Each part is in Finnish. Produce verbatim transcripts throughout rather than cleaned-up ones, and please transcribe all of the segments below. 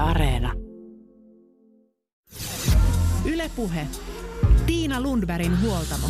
Areena. Yle Puhe. Tiina Lundbergin huoltamo.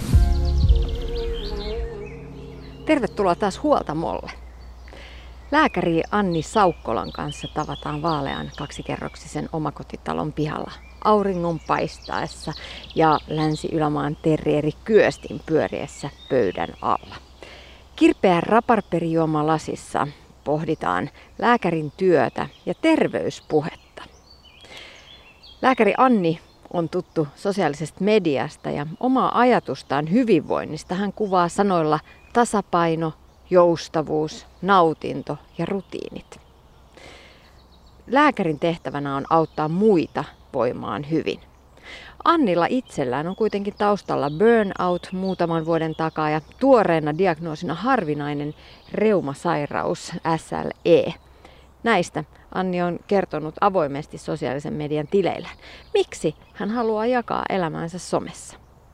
Tervetuloa taas huoltamolle. Lääkäri Anni Saukkolan kanssa tavataan vaalean kaksikerroksisen omakotitalon pihalla auringon paistaessa ja Länsi-Ylämaan terrieri Kyöstin pyöriessä pöydän alla. Kirpeän raparperijuoma lasissa pohditaan lääkärin työtä ja terveyspuhetta. Lääkäri Anni on tuttu sosiaalisesta mediasta ja omaa ajatustaan hyvinvoinnista hän kuvaa sanoilla tasapaino, joustavuus, nautinto ja rutiinit. Lääkärin tehtävänä on auttaa muita voimaan hyvin. Annilla itsellään on kuitenkin taustalla burnout muutaman vuoden takaa ja tuoreena diagnoosina harvinainen reumasairaus S L E. Näistä Anni on kertonut avoimesti sosiaalisen median tileillä. Miksi hän haluaa jakaa elämäänsä somessa?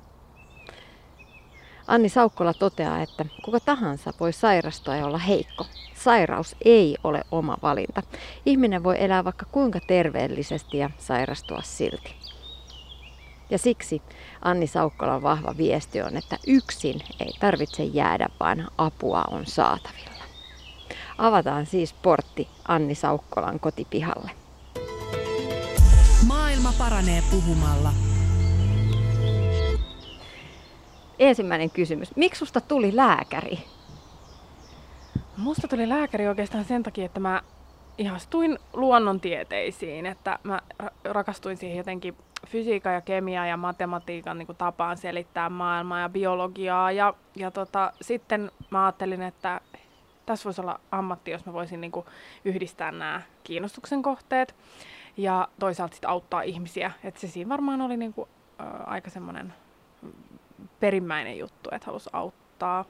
Anni Saukkola toteaa, että kuka tahansa voi sairastua ja olla heikko. Sairaus ei ole oma valinta. Ihminen voi elää vaikka kuinka terveellisesti ja sairastua silti. Ja siksi Anni Saukkolan vahva viesti on, että yksin ei tarvitse jäädä, vaan apua on saatavilla. Avataan siis portti Anni Saukkolan kotipihalle. Maailma paranee puhumalla. Ensimmäinen kysymys. Miksi susta tuli lääkäri? Musta tuli lääkäri oikeastaan sen takia, että mä ihastuin luonnontieteisiin, että mä rakastuin siihen jotenkin fysiikan ja kemian ja matematiikan niin kuin tapaan selittää maailmaa ja biologiaa. Ja, ja tota, sitten mä ajattelin, että tässä voisi olla ammatti, jos mä voisin niin kuin yhdistää nämä kiinnostuksen kohteet ja toisaalta sit auttaa ihmisiä. Et se siinä varmaan oli niin kuin, ä, aika semmoinen perimmäinen juttu, että halusi auttaa.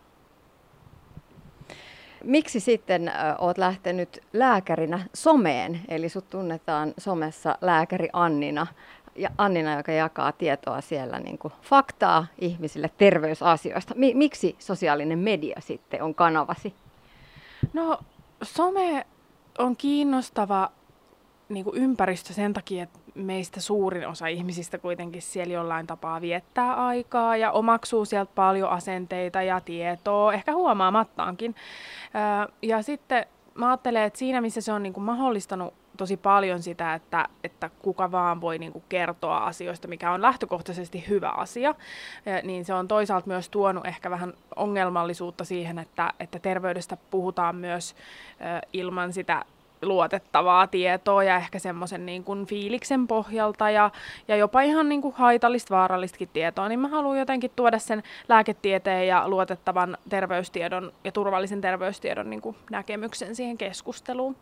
Miksi sitten ö, oot lähtenyt lääkärinä someen, eli sut tunnetaan somessa lääkäri Annina, ja Annina, joka jakaa tietoa siellä niin kuin faktaa ihmisille terveysasioista. Mi- miksi sosiaalinen media sitten on kanavasi? No some on kiinnostava niin kuin ympäristö sen takia, että meistä suurin osa ihmisistä kuitenkin siellä jollain tapaa viettää aikaa ja omaksuu sieltä paljon asenteita ja tietoa, ehkä huomaamattaankin. Ja sitten mä ajattelen, että siinä missä se on niin kuin mahdollistanut tosi paljon sitä, että, että kuka vaan voi niin kuin kertoa asioista, mikä on lähtökohtaisesti hyvä asia, niin se on toisaalta myös tuonut ehkä vähän ongelmallisuutta siihen, että, että terveydestä puhutaan myös ilman sitä luotettavaa tietoa ja ehkä semmoisen niin kuin fiiliksen pohjalta ja, ja jopa ihan niin kuin haitallista, vaarallistakin tietoa, niin mä haluan jotenkin tuoda sen lääketieteen ja luotettavan terveystiedon ja turvallisen terveystiedon niin kuin näkemyksen siihen keskusteluun.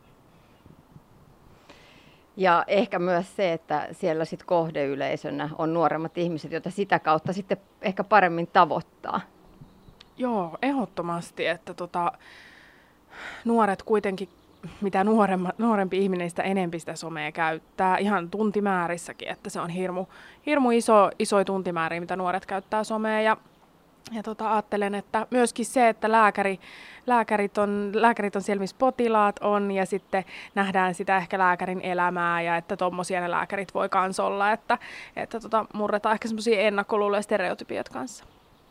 Ja ehkä myös se, että siellä sit kohdeyleisönä on nuoremmat ihmiset, joita sitä kautta sitten ehkä paremmin tavoittaa. Joo, ehdottomasti, että tota, nuoret kuitenkin, mitä nuoremma, nuorempi ihminen, sitä enempi sitä somea käyttää, ihan tuntimäärissäkin, että se on hirmu, hirmu iso, iso tuntimäärä, mitä nuoret käyttää somea. Ja, ja tota, ajattelen, että myöskin se, että lääkäri, lääkärit, on, lääkärit on siellä, missä potilaat on, ja sitten nähdään sitä ehkä lääkärin elämää, ja että tommosia ne lääkärit voi kans olla, että, että tota, murretaan ehkä semmoisia ennakkoluuloja ja stereotypiot kanssa.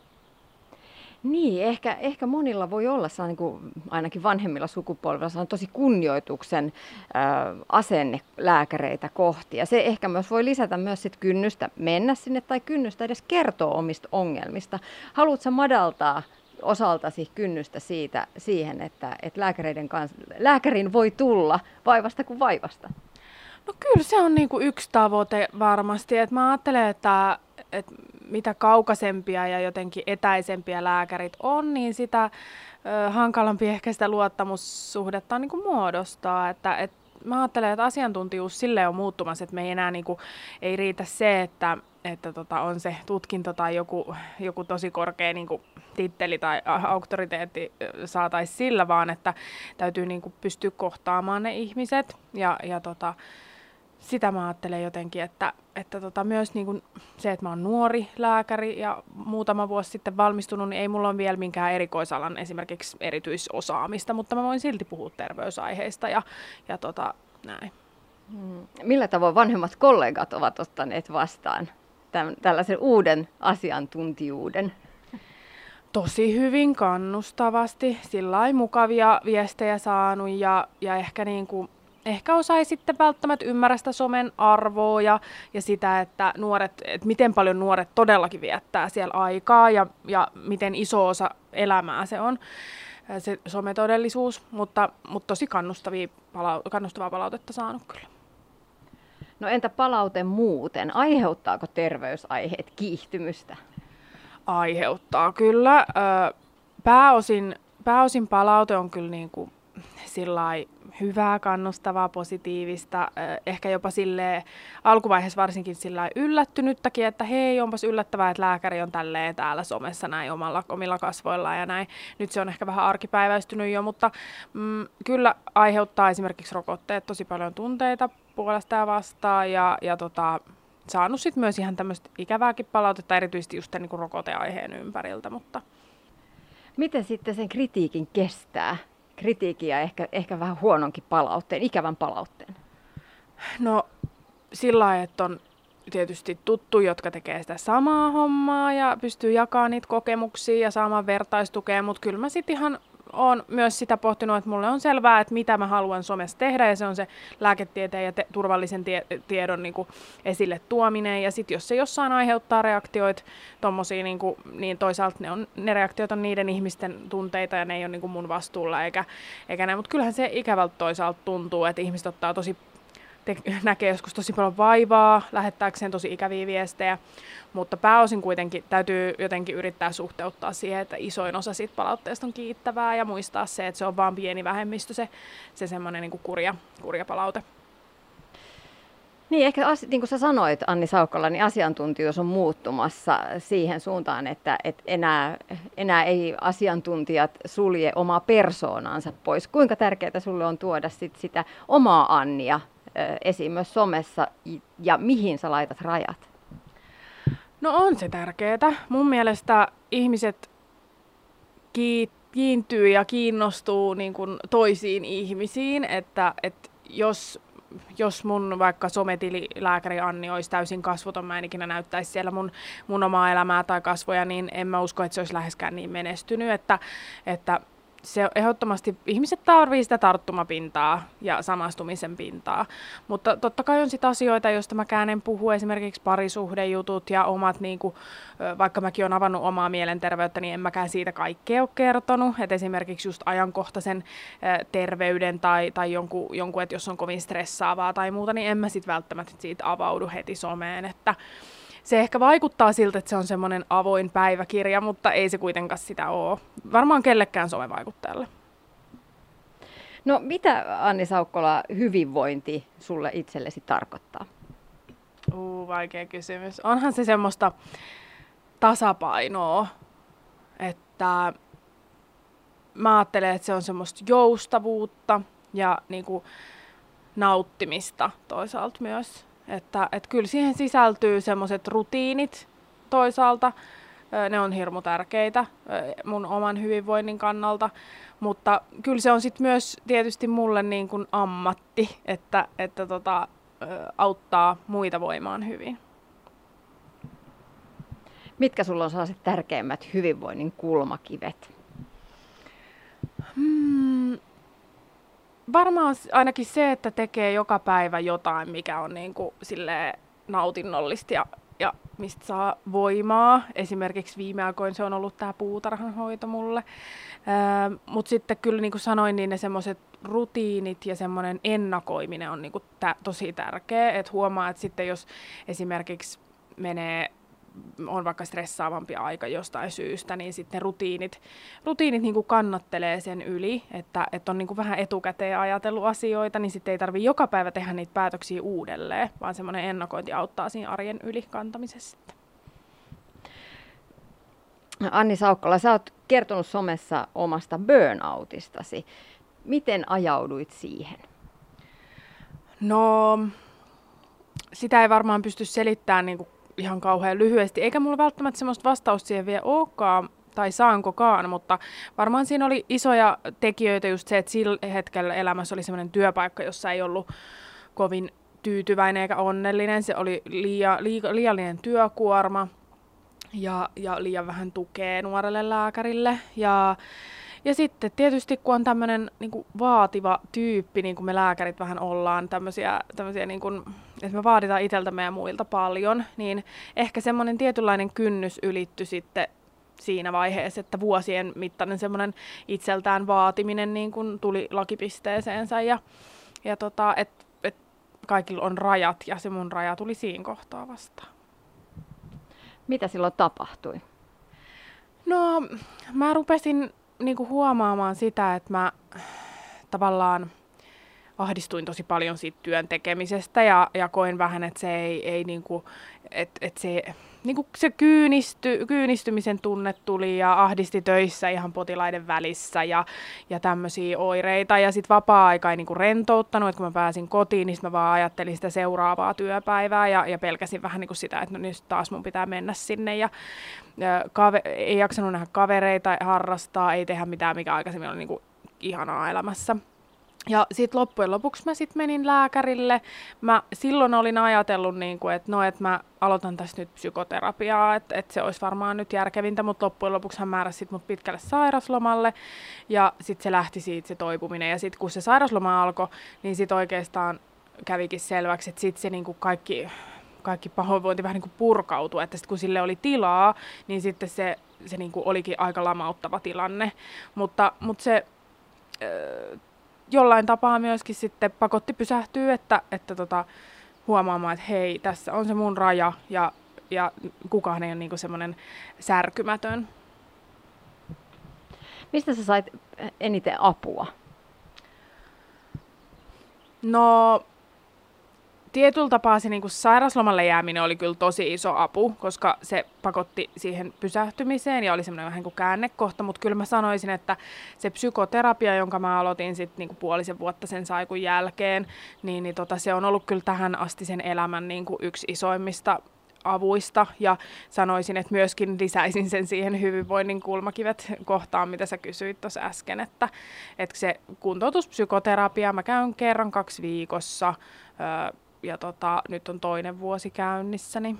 Niin, ehkä, ehkä monilla voi olla, niin kuin ainakin vanhemmilla sukupolvilla, on tosi kunnioituksen äh, asenne lääkäreitä kohti. Ja se ehkä myös voi lisätä myös sit kynnystä mennä sinne tai kynnystä edes kertoa omista ongelmista. Haluatko madaltaa osaltasi kynnystä siitä, siihen, että, että lääkäreiden kanssa, lääkärin voi tulla vaivasta kuin vaivasta? No kyllä se on niinku yksi tavoite varmasti. Et mä ajattelen, että et mitä kaukaisempia ja jotenkin etäisempiä lääkärit on, niin sitä ö, hankalampi ehkä sitä luottamussuhdetta on niinku muodostaa. Että, et mä ajattelen, että asiantuntijuus silleen on muuttumassa, että me ei enää niinku, ei riitä se, että, että tota, on se tutkinto tai joku, joku tosi korkea niinku, titteli tai auktoriteetti saataisiin sillä, vaan että täytyy niinku, pystyä kohtaamaan ne ihmiset ja, ja tota, sitä mä ajattelen jotenkin, että, että tota myös niin kuin se, että mä oon nuori lääkäri ja muutama vuosi sitten valmistunut, niin ei mulla ole vielä minkään erikoisalan esimerkiksi erityisosaamista, mutta mä voin silti puhua terveysaiheista ja, ja tota, näin. Hmm. Millä tavoin vanhemmat kollegat ovat ottaneet vastaan tämän, tällaisen uuden asiantuntijuuden? Tosi hyvin kannustavasti, sillai mukavia viestejä saanut ja, ja ehkä, niin kuin, ehkä osa ei sitten välttämättä ymmärrä sitä somen arvoa ja, ja sitä, että, nuoret, että miten paljon nuoret todellakin viettää siellä aikaa ja, ja miten iso osa elämää se on, se sometodellisuus, mutta, mutta tosi kannustavia, palau- kannustavaa palautetta saanut kyllä. No entä palaute muuten? Aiheuttaako terveysaiheet kiihtymystä? Aiheuttaa kyllä. Pääosin, pääosin palaute on kyllä niin kuin sillai hyvää, kannustavaa, positiivista. Ehkä jopa silleen, alkuvaiheessa varsinkin sillai yllättynyttäkin, että hei, onpas yllättävää, että lääkäri on tälleen täällä somessa näin omalla, omilla kasvoillaan ja näin. Nyt se on ehkä vähän arkipäiväistynyt jo, mutta mm, kyllä aiheuttaa esimerkiksi rokotteet tosi paljon tunteita puolesta ja vastaan ja, ja tota, saanut sit myös ihan tämmöistä ikävääkin palautetta, erityisesti just niin kuin rokoteaiheen ympäriltä. Mutta miten sitten sen kritiikin kestää? Kritiikin ja ehkä, ehkä vähän huononkin palautteen, ikävän palautteen. No sillä lailla, että on tietysti tuttu, jotka tekee sitä samaa hommaa ja pystyy jakamaan niitä kokemuksia ja saamaan vertaistukea, mutta kyllä mä sitten ihan olen myös sitä pohtinut, että mulle on selvää, että mitä mä haluan somessa tehdä, ja se on se lääketieteen ja te- turvallisen tie- tiedon niin kuin esille tuominen, ja sitten jos se jossain aiheuttaa reaktioita tommosia, niin, kuin, niin toisaalta ne, on, ne reaktiot on niiden ihmisten tunteita, ja ne ei ole niin kuin mun vastuulla, eikä, eikä ne, mutta kyllähän se ikävältä toisaalta tuntuu, että ihmiset ottaa tosi te- näkee joskus tosi paljon vaivaa, lähettääkseen tosi ikäviä viestejä, mutta pääosin kuitenkin täytyy jotenkin yrittää suhteuttaa siihen, että isoin osa siitä palautteesta on kiittävää ja muistaa se, että se on vaan pieni vähemmistö, se, se semmoinen niin kuin kurja, kurja palaute. Niin, ehkä niin kuin sä sanoit, Anni Saukkola, niin asiantuntijuus on muuttumassa siihen suuntaan, että, että enää, enää ei asiantuntijat sulje omaa persoonansa pois. Kuinka tärkeää sulle on tuoda sit sitä omaa Annia esiin myös somessa, ja mihin sä laitat rajat? No on se tärkeää. Mun mielestä ihmiset kiintyy ja kiinnostuu niin kuin toisiin ihmisiin, että, että jos, jos mun vaikka sometililääkäri Anni olisi täysin kasvoton, mä en ikinä näyttäisi siellä mun, mun omaa elämää tai kasvoja, niin en mä usko, että se olisi läheskään niin menestynyt, että, että se ehdottomasti, ihmiset tarvitsee sitä tarttumapintaa ja samastumisen pintaa, mutta totta kai on sitten asioita, joista mäkään en puhu, esimerkiksi parisuhdejutut ja omat, niin kuin, vaikka mäkin olen avannut omaa mielenterveyttä, niin en mäkään siitä kaikkea ole kertonut, että esimerkiksi just ajankohtaisen terveyden tai, tai jonkun, jonkun, että jos on kovin stressaavaa tai muuta, niin en mä sitten välttämättä siitä avaudu heti someen, että se ehkä vaikuttaa siltä, että se on semmoinen avoin päiväkirja, mutta ei se kuitenkaan sitä ole. Varmaan kellekään somevaikuttajalle. No mitä, Anni Saukkola, hyvinvointi sulle itsellesi tarkoittaa? Uu, vaikea kysymys. Onhan se semmoista tasapainoa, että mä ajattelen, että se on semmoista joustavuutta ja niinku nauttimista toisaalta myös. Että, että kyllä siihen sisältyy semmoiset rutiinit toisaalta, ne on hirmu tärkeitä mun oman hyvinvoinnin kannalta, mutta kyllä se on sitten myös tietysti mulle niin kuin ammatti, että, että tota, auttaa muita voimaan hyvin. Mitkä sulla on sellaiset tärkeimmät hyvinvoinnin kulmakivet? Hmm. Varmaan ainakin se, että tekee joka päivä jotain, mikä on niin kuin silleen nautinnollista ja, ja mistä saa voimaa. Esimerkiksi viime aikoina se on ollut tämä puutarhanhoito mulle. Öö, Mutta sitten kyllä niin kuin sanoin, niin ne semmoiset rutiinit ja semmoinen ennakoiminen on niin kuin tä- tosi tärkeä. Et huomaa, että sitten jos esimerkiksi menee on vaikka stressaavampi aika jostain syystä, niin sitten rutiinit, rutiinit niin kuin kannattelee sen yli, että, että on niin kuin vähän etukäteen ajatellut asioita, niin sitten ei tarvitse joka päivä tehdä niitä päätöksiä uudelleen, vaan semmoinen ennakointi auttaa siinä arjen yli kantamisessa. Anni Saukkola, sä oot kertonut somessa omasta burnoutistasi. Miten ajauduit siihen? No, sitä ei varmaan pysty selittämään niin kuin ihan kauhean lyhyesti, eikä mulla välttämättä semmoista vastausta siihen vielä olekaan, tai saankokaan, mutta varmaan siinä oli isoja tekijöitä just se, että sillä hetkellä elämässä oli semmoinen työpaikka, jossa ei ollut kovin tyytyväinen eikä onnellinen. Se oli liia, liia, liiallinen työkuorma ja, ja liian vähän tukea nuorelle lääkärille. Ja, ja sitten tietysti kun on tämmöinen niin kuin vaativa tyyppi, niin kuin me lääkärit vähän ollaan, tämmöisiä, tämmöisiä niin kuin, että me vaaditaan itseltämme ja muilta paljon, niin ehkä semmoinen tietynlainen kynnys ylittyi sitten siinä vaiheessa, että vuosien mittainen semmoinen itseltään vaatiminen niin kuin tuli lakipisteeseensä ja, ja tota, että et kaikilla on rajat ja se mun raja tuli siinä kohtaa vastaan. Mitä silloin tapahtui? No mä rupesin niin kuin huomaamaan sitä, että mä tavallaan ahdistuin tosi paljon siitä työn tekemisestä ja, ja koin vähän, että se ei, ei niin kuin, että, että se, niin kuin se kyynisty, kyynistymisen tunne tuli ja ahdisti töissä ihan potilaiden välissä ja, ja tämmöisiä oireita. Ja sitten vapaa-aika ei niin kuin rentouttanut, että kun mä pääsin kotiin, niin mä vaan ajattelin sitä seuraavaa työpäivää ja, ja pelkäsin vähän niin kuin sitä, että no nyt taas mun pitää mennä sinne. Ja, ja kave, ei jaksanut nähdä kavereita, harrastaa, ei tehdä mitään, mikä aikaisemmin oli niin kuin ihanaa elämässä. Ja sitten loppujen lopuksi mä sitten menin lääkärille. Mä silloin olin ajatellut, niin kuin, että no, et mä aloitan tässä nyt psykoterapiaa, että et se olisi varmaan nyt järkevintä, mutta loppujen lopuksi hän määräsi sit mut pitkälle sairaslomalle ja sitten se lähti siitä se toipuminen. Ja sitten kun se sairasloma alkoi, niin sitten oikeastaan kävikin selväksi, että sitten se niin kuin kaikki, kaikki pahoinvointi vähän niin kuin purkautui, että sit kun sille oli tilaa, niin sitten se, se niin kuin olikin aika lamauttava tilanne. Mutta, mutta se... Öö, jollain tapaa myöskin sitten pakotti pysähtyä, että, että tota, huomaamaan, että hei, tässä on se mun raja ja, ja kukaan ei ole niinku semmoinen särkymätön. Mistä sä sait eniten apua? No, tietyllä tapaa se niinku sairaslomalle jääminen oli kyllä tosi iso apu, koska se pakotti siihen pysähtymiseen ja oli semmoinen vähän kuin käännekohta, mutta kyllä mä sanoisin, että se psykoterapia, jonka mä aloitin sitten niinku puolisen vuotta sen saikun jälkeen, niin, niin tota, se on ollut kyllä tähän asti sen elämän niinku yksi isoimmista avuista ja sanoisin, että myöskin lisäisin sen siihen hyvinvoinnin kulmakivet kohtaan, mitä sä kysyit tuossa äsken, että, että se kuntoutuspsykoterapia, mä käyn kerran kaksi viikossa, öö, ja tota, nyt on toinen vuosi käynnissäni.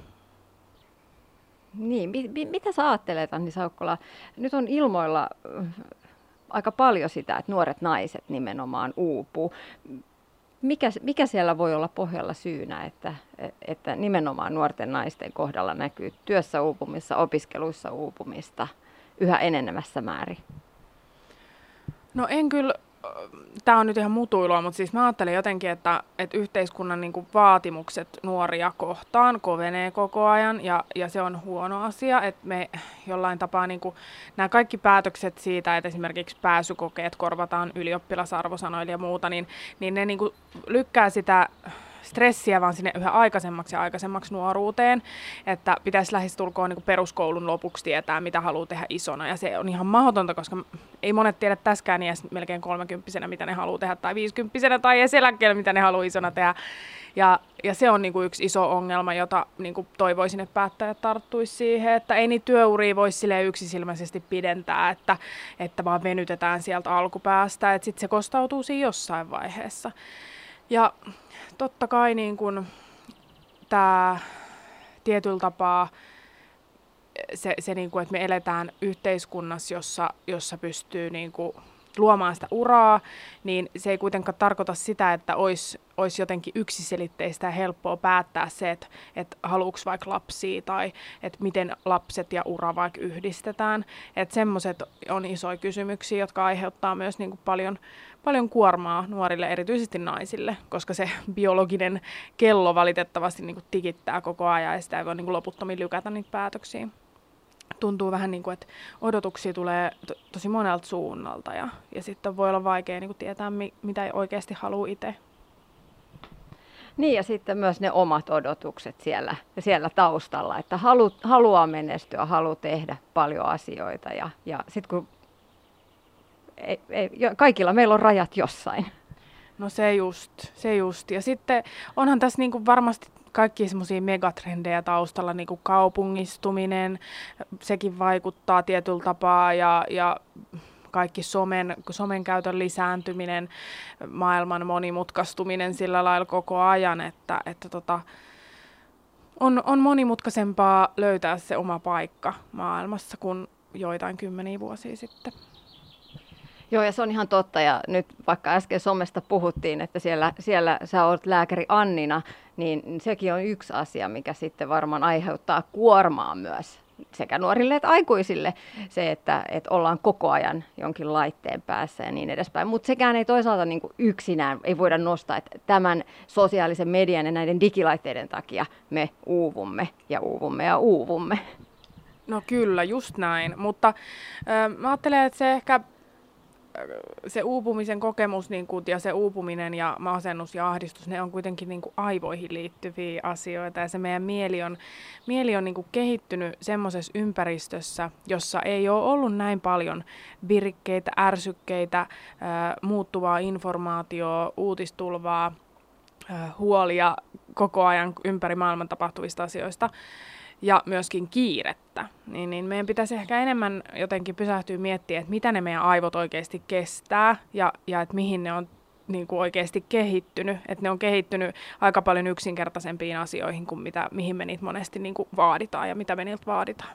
Niin, mi- mi- mitä sä ajattelet, Anni Saukkola? Nyt on ilmoilla aika paljon sitä, että nuoret naiset nimenomaan uupuu. Mikä, mikä siellä voi olla pohjalla syynä, että, että nimenomaan nuorten naisten kohdalla näkyy työssä uupumissa, opiskeluissa uupumista yhä enenevässä määrin? No en kyllä, tämä on nyt ihan mutuilua, mutta siis mä ajattelen jotenkin, että, että yhteiskunnan niin kuin vaatimukset nuoria kohtaan kovenee koko ajan ja, ja se on huono asia, että me jollain tapaa niin kuin, nämä kaikki päätökset siitä, että esimerkiksi pääsykokeet korvataan ylioppilasarvosanoilla ja muuta, niin, niin ne niin kuin lykkää sitä stressiä vaan sinne yhä aikaisemmaksi ja aikaisemmaksi nuoruuteen, että pitäisi lähestulkoon niin kuin peruskoulun lopuksi tietää, mitä haluaa tehdä isona. Ja se on ihan mahdotonta, koska ei monet tiedä tässäkään iässä melkein kolmekymppisenä, mitä ne haluaa tehdä, tai viisikymppisenä tai edes eläkkeellä, mitä ne haluaa isona tehdä. Ja, ja se on niin kuin yksi iso ongelma, jota niin kuin toivoisin, että päättäjät tarttuisi siihen, että ei niitä työuria voisi silleen yksisilmäisesti pidentää, että, että vaan venytetään sieltä alkupäästä, että sitten se kostautuu siinä jossain vaiheessa. Ja totta kai niin kun tämä tietyllä tapaa se, se niin kun, että me eletään yhteiskunnassa, jossa, jossa pystyy niin kun luomaan sitä uraa, niin se ei kuitenkaan tarkoita sitä, että olisi, olisi jotenkin yksiselitteistä ja helppoa päättää se, että, että haluuks vaikka lapsia tai että miten lapset ja ura vaikka yhdistetään. Että semmoiset on isoja kysymyksiä, jotka aiheuttaa myös niin kuin paljon, paljon kuormaa nuorille, erityisesti naisille, koska se biologinen kello valitettavasti niin kuin tikittää koko ajan ja sitä ei voi niin kuin loputtomiin lykätä niitä päätöksiä. Tuntuu vähän niin kuin, että odotuksia tulee to- tosi monelta suunnalta ja, ja sitten voi olla vaikea niin kuin tietää, mi- mitä oikeasti haluaa itse. Niin ja sitten myös ne omat odotukset siellä, siellä taustalla, että halu, haluaa menestyä, haluaa tehdä paljon asioita ja, ja sitten kun ei, ei, kaikilla meillä on rajat jossain. No se just, se just. Ja sitten onhan tässä niin kuin varmasti kaikki semmoisia megatrendejä taustalla, niin kuin kaupungistuminen, sekin vaikuttaa tietyllä tapaa ja, ja kaikki somen, somen käytön lisääntyminen, maailman monimutkaistuminen sillä lailla koko ajan, että, että tota, on, on monimutkaisempaa löytää se oma paikka maailmassa kuin joitain kymmeniä vuosia sitten. Joo, ja se on ihan totta. Ja nyt vaikka äsken somesta puhuttiin, että siellä, siellä sä olet lääkäri Annina, niin sekin on yksi asia, mikä sitten varmaan aiheuttaa kuormaa myös sekä nuorille että aikuisille. Se, että, että ollaan koko ajan jonkin laitteen päässä ja niin edespäin. Mutta sekään ei toisaalta niin kuin yksinään, ei voida nostaa, että tämän sosiaalisen median ja näiden digilaitteiden takia me uuvumme ja uuvumme ja uuvumme. No kyllä, just näin. Mutta äh, mä ajattelen, että se ehkä se uupumisen kokemus niin kuin, ja se uupuminen ja masennus ja ahdistus, ne on kuitenkin niin kuin aivoihin liittyviä asioita. Ja se meidän mieli on, mieli on niin kuin kehittynyt semmoisessa ympäristössä, jossa ei ole ollut näin paljon virikkeitä, ärsykkeitä, ää, muuttuvaa informaatiota, uutistulvaa, ää, huolia koko ajan ympäri maailman tapahtuvista asioista. Ja myöskin kiirettä, niin, niin meidän pitäisi ehkä enemmän jotenkin pysähtyä miettiä, että mitä ne meidän aivot oikeasti kestää ja, ja että mihin ne on niin kuin oikeasti kehittynyt. Että ne on kehittynyt aika paljon yksinkertaisempiin asioihin kuin mitä, mihin me niitä monesti niin kuin vaaditaan ja mitä me niiltä vaaditaan.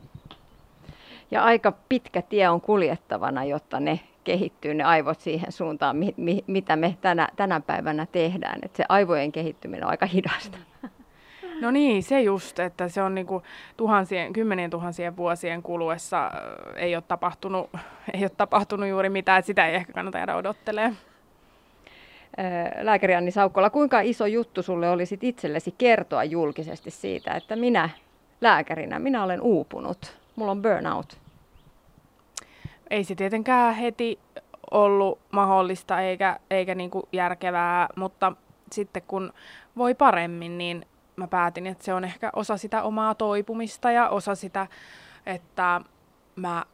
Ja aika pitkä tie on kuljettavana, jotta ne kehittyy ne aivot siihen suuntaan, mi, mi, mitä me tänä, tänä päivänä tehdään. Että se aivojen kehittyminen on aika hidasta. No niin, se just, että se on niinku tuhansien, kymmenien tuhansien vuosien kuluessa ei ole tapahtunut, ei ole tapahtunut juuri mitään, että sitä ei ehkä kannata jäädä odottelemaan. Lääkäri Anni Saukkola, kuinka iso juttu sulle olisi itsellesi kertoa julkisesti siitä, että minä lääkärinä, minä olen uupunut, mulla on burnout? Ei se tietenkään heti ollut mahdollista eikä, eikä niinku järkevää, mutta sitten kun voi paremmin, niin mä päätin, että se on ehkä osa sitä omaa toipumista ja osa sitä, että mä,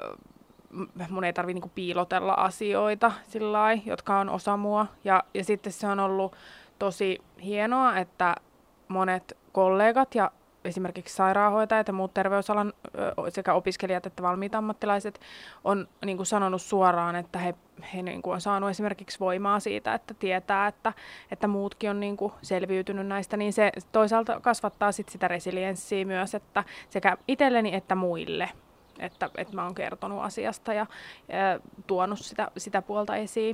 mun ei tarvitse niinku piilotella asioita sillai, jotka on osa mua. Ja, ja sitten se on ollut tosi hienoa, että monet kollegat ja esimerkiksi sairaanhoitajat ja muut terveysalan sekä opiskelijat että valmiit ammattilaiset on niin kuin sanonut suoraan, että he, he niin kuin on saanut esimerkiksi voimaa siitä, että tietää, että, että muutkin on niin kuin selviytynyt näistä, niin se toisaalta kasvattaa sit sitä resilienssiä myös, että sekä itselleni että muille, että, että mä oon kertonut asiasta ja, ja tuonut sitä, sitä puolta esiin.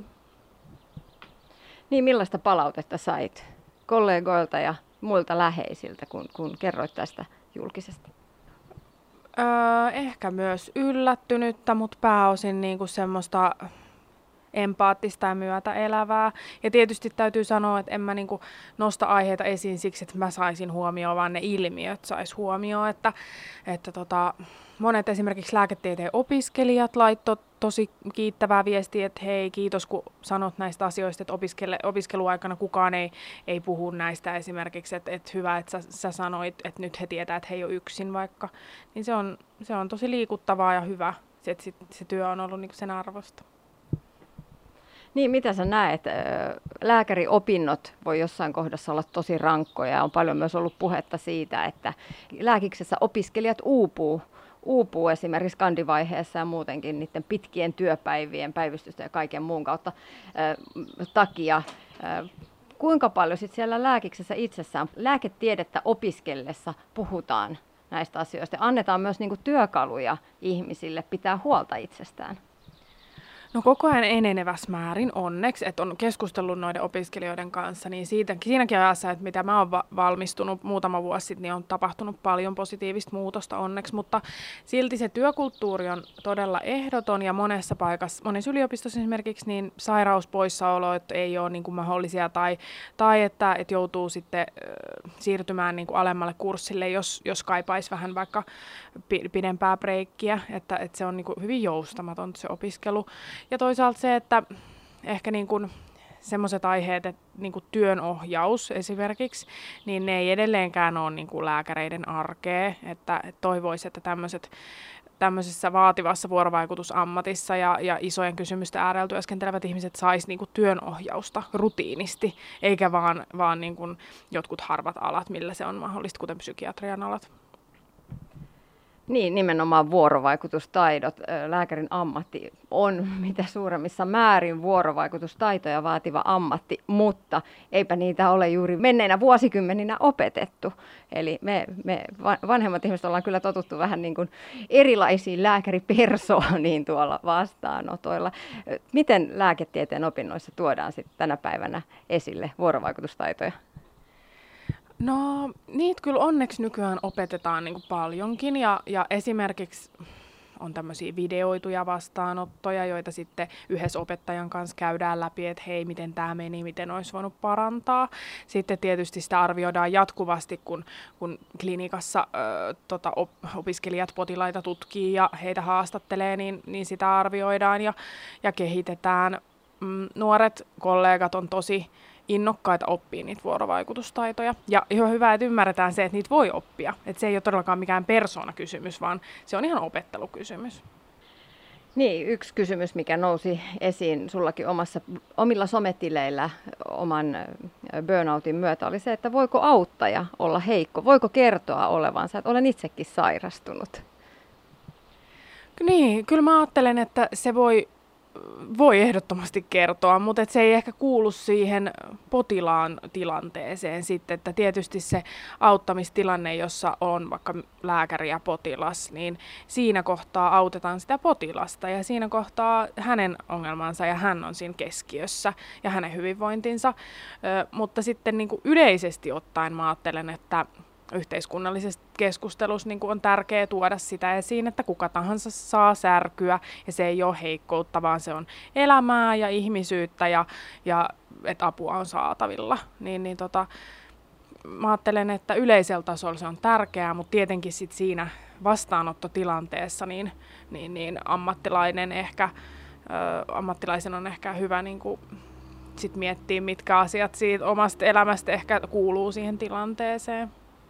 Niin, millaista palautetta sait kollegoilta ja muilta läheisiltä, kun, kun kerroit tästä julkisesti? Öö, ehkä myös yllättynyttä, mutta pääosin niinku semmoista empaattista ja myötäelävää. Ja tietysti täytyy sanoa, että en mä niinku nosta aiheita esiin siksi, että mä saisin huomioon, vaan ne ilmiöt sais huomioon. Että, että tota, monet esimerkiksi lääketieteen opiskelijat laittoi tosi kiittävää viestiä, että hei, kiitos kun sanot näistä asioista, että opiskele, opiskeluaikana kukaan ei, ei puhu näistä esimerkiksi, että, että hyvä, että sä, sä sanoit, että nyt he tietää, että he ei ole yksin vaikka. Niin se on, se on tosi liikuttavaa ja hyvä, että se, se työ on ollut niinku sen arvosta. Niin, mitä sä näet? Lääkäriopinnot voi jossain kohdassa olla tosi rankkoja. On paljon myös ollut puhetta siitä, että lääkiksessä opiskelijat uupuu. uupuu esimerkiksi kandivaiheessa ja muutenkin niiden pitkien työpäivien, päivystystä ja kaiken muun kautta äh, takia. Äh, kuinka paljon sit siellä lääkiksessä itsessään lääketiedettä opiskellessa puhutaan näistä asioista ja annetaan myös niinku työkaluja ihmisille pitää huolta itsestään? No koko ajan enenevässä määrin onneksi, että on keskustellut noiden opiskelijoiden kanssa, niin siitä, siinäkin ajassa, että mitä mä oon va- valmistunut muutama vuosi sitten, niin on tapahtunut paljon positiivista muutosta onneksi, mutta silti se työkulttuuri on todella ehdoton ja monessa paikassa, monessa yliopistossa esimerkiksi, niin sairauspoissaoloit ei ole niin kuin mahdollisia tai, tai että, että joutuu sitten äh, siirtymään niin kuin alemmalle kurssille, jos, jos kaipaisi vähän vaikka pi- pidempää breikkiä, että, että se on niin kuin hyvin joustamaton se opiskelu. Ja toisaalta se, että ehkä niin kuin semmoiset aiheet, että niin kuin työnohjaus esimerkiksi, niin ne ei edelleenkään ole niin kuin lääkäreiden arkea. Että toivoisi, että tämmöiset, tämmöisessä vaativassa vuorovaikutusammatissa ja, ja isojen kysymysten äärellä työskentelevät ihmiset sais niin kuin työnohjausta rutiinisti, eikä vaan, vaan niin kuin jotkut harvat alat, millä se on mahdollista, kuten psykiatrian alat. Niin, nimenomaan vuorovaikutustaidot. Lääkärin ammatti on mitä suuremmissa määrin vuorovaikutustaitoja vaativa ammatti, mutta eipä niitä ole juuri menneinä vuosikymmeninä opetettu. Eli me, me vanhemmat ihmiset ollaan kyllä totuttu vähän niin kuin erilaisiin lääkäripersooniin tuolla vastaanotoilla. Miten lääketieteen opinnoissa tuodaan sitten tänä päivänä esille vuorovaikutustaitoja? No niitä kyllä onneksi nykyään opetetaan niin kuin paljonkin ja, ja esimerkiksi on tämmöisiä videoituja vastaanottoja, joita sitten yhdessä opettajan kanssa käydään läpi, että hei, miten tämä meni, miten olisi voinut parantaa. Sitten tietysti sitä arvioidaan jatkuvasti, kun, kun klinikassa ö, tota, op, opiskelijat potilaita tutkii ja heitä haastattelee, niin, niin sitä arvioidaan ja, ja kehitetään. Mm, nuoret kollegat on tosi innokkaita oppii niitä vuorovaikutustaitoja. Ja ihan hyvä, että ymmärretään se, että niitä voi oppia. Että se ei ole todellakaan mikään persoonakysymys, vaan se on ihan opettelukysymys. Niin, yksi kysymys, mikä nousi esiin sullakin omassa, omilla sometileillä oman burnoutin myötä, oli se, että voiko auttaja olla heikko? Voiko kertoa olevansa, että olen itsekin sairastunut? Niin, kyllä mä ajattelen, että se voi voi ehdottomasti kertoa, mutta et se ei ehkä kuulu siihen potilaan tilanteeseen sitten, että tietysti se auttamistilanne, jossa on vaikka lääkäri ja potilas, niin siinä kohtaa autetaan sitä potilasta ja siinä kohtaa hänen ongelmansa ja hän on siinä keskiössä ja hänen hyvinvointinsa, Ö, mutta sitten niin kuin yleisesti ottaen mä ajattelen, että yhteiskunnallisessa keskustelussa niin kuin on tärkeää tuoda sitä esiin, että kuka tahansa saa särkyä ja se ei ole heikkoutta, vaan se on elämää ja ihmisyyttä ja, ja että apua on saatavilla. Niin, niin tota, mä ajattelen, että yleisellä tasolla se on tärkeää, mutta tietenkin sit siinä vastaanottotilanteessa niin, niin, niin ammattilainen ehkä, ö, ammattilaisen on ehkä hyvä niin kuin sit miettiä, mitkä asiat siitä omasta elämästä ehkä kuuluu siihen tilanteeseen.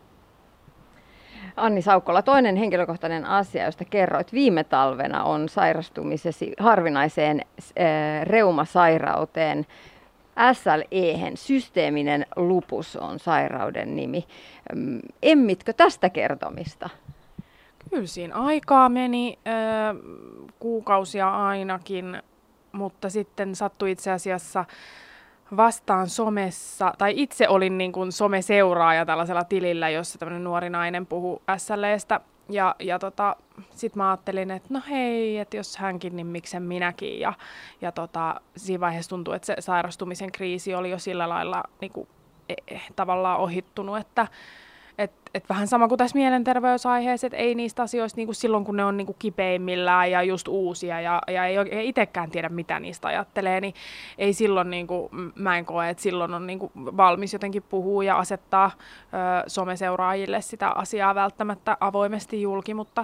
Anni Saukkola, toinen henkilökohtainen asia, josta kerroit viime talvena, on sairastumisesi harvinaiseen äh, reumasairauteen. S L E-hen, systeeminen lupus on sairauden nimi. Ähm, emmitkö tästä kertomista? Kyllä siinä aikaa meni, äh, kuukausia ainakin, mutta sitten sattui itse asiassa vastaan somessa, tai itse olin niin kuin someseuraaja tällaisella tilillä, jossa tämmöinen nuori nainen puhui S L E:stä. Ja, ja tota, sitten mä ajattelin, että no hei, että jos hänkin, niin miksen minäkin. Ja, ja tota, siinä vaiheessa tuntui, että se sairastumisen kriisi oli jo sillä lailla niin kuin, eh, tavallaan ohittunut, että et, et vähän sama kuin tässä mielenterveysaiheessa, että ei niistä asioista niin kuin silloin, kun ne on niin kuin kipeimmillään ja just uusia ja, ja ei, ei itsekään tiedä, mitä niistä ajattelee, niin ei silloin, niin kuin, mä en koe, että silloin on niin kuin valmis jotenkin puhua ja asettaa ö, someseuraajille sitä asiaa välttämättä avoimesti julki, mutta,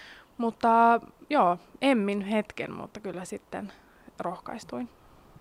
mutta joo, emmin hetken, mutta kyllä sitten rohkaistuin.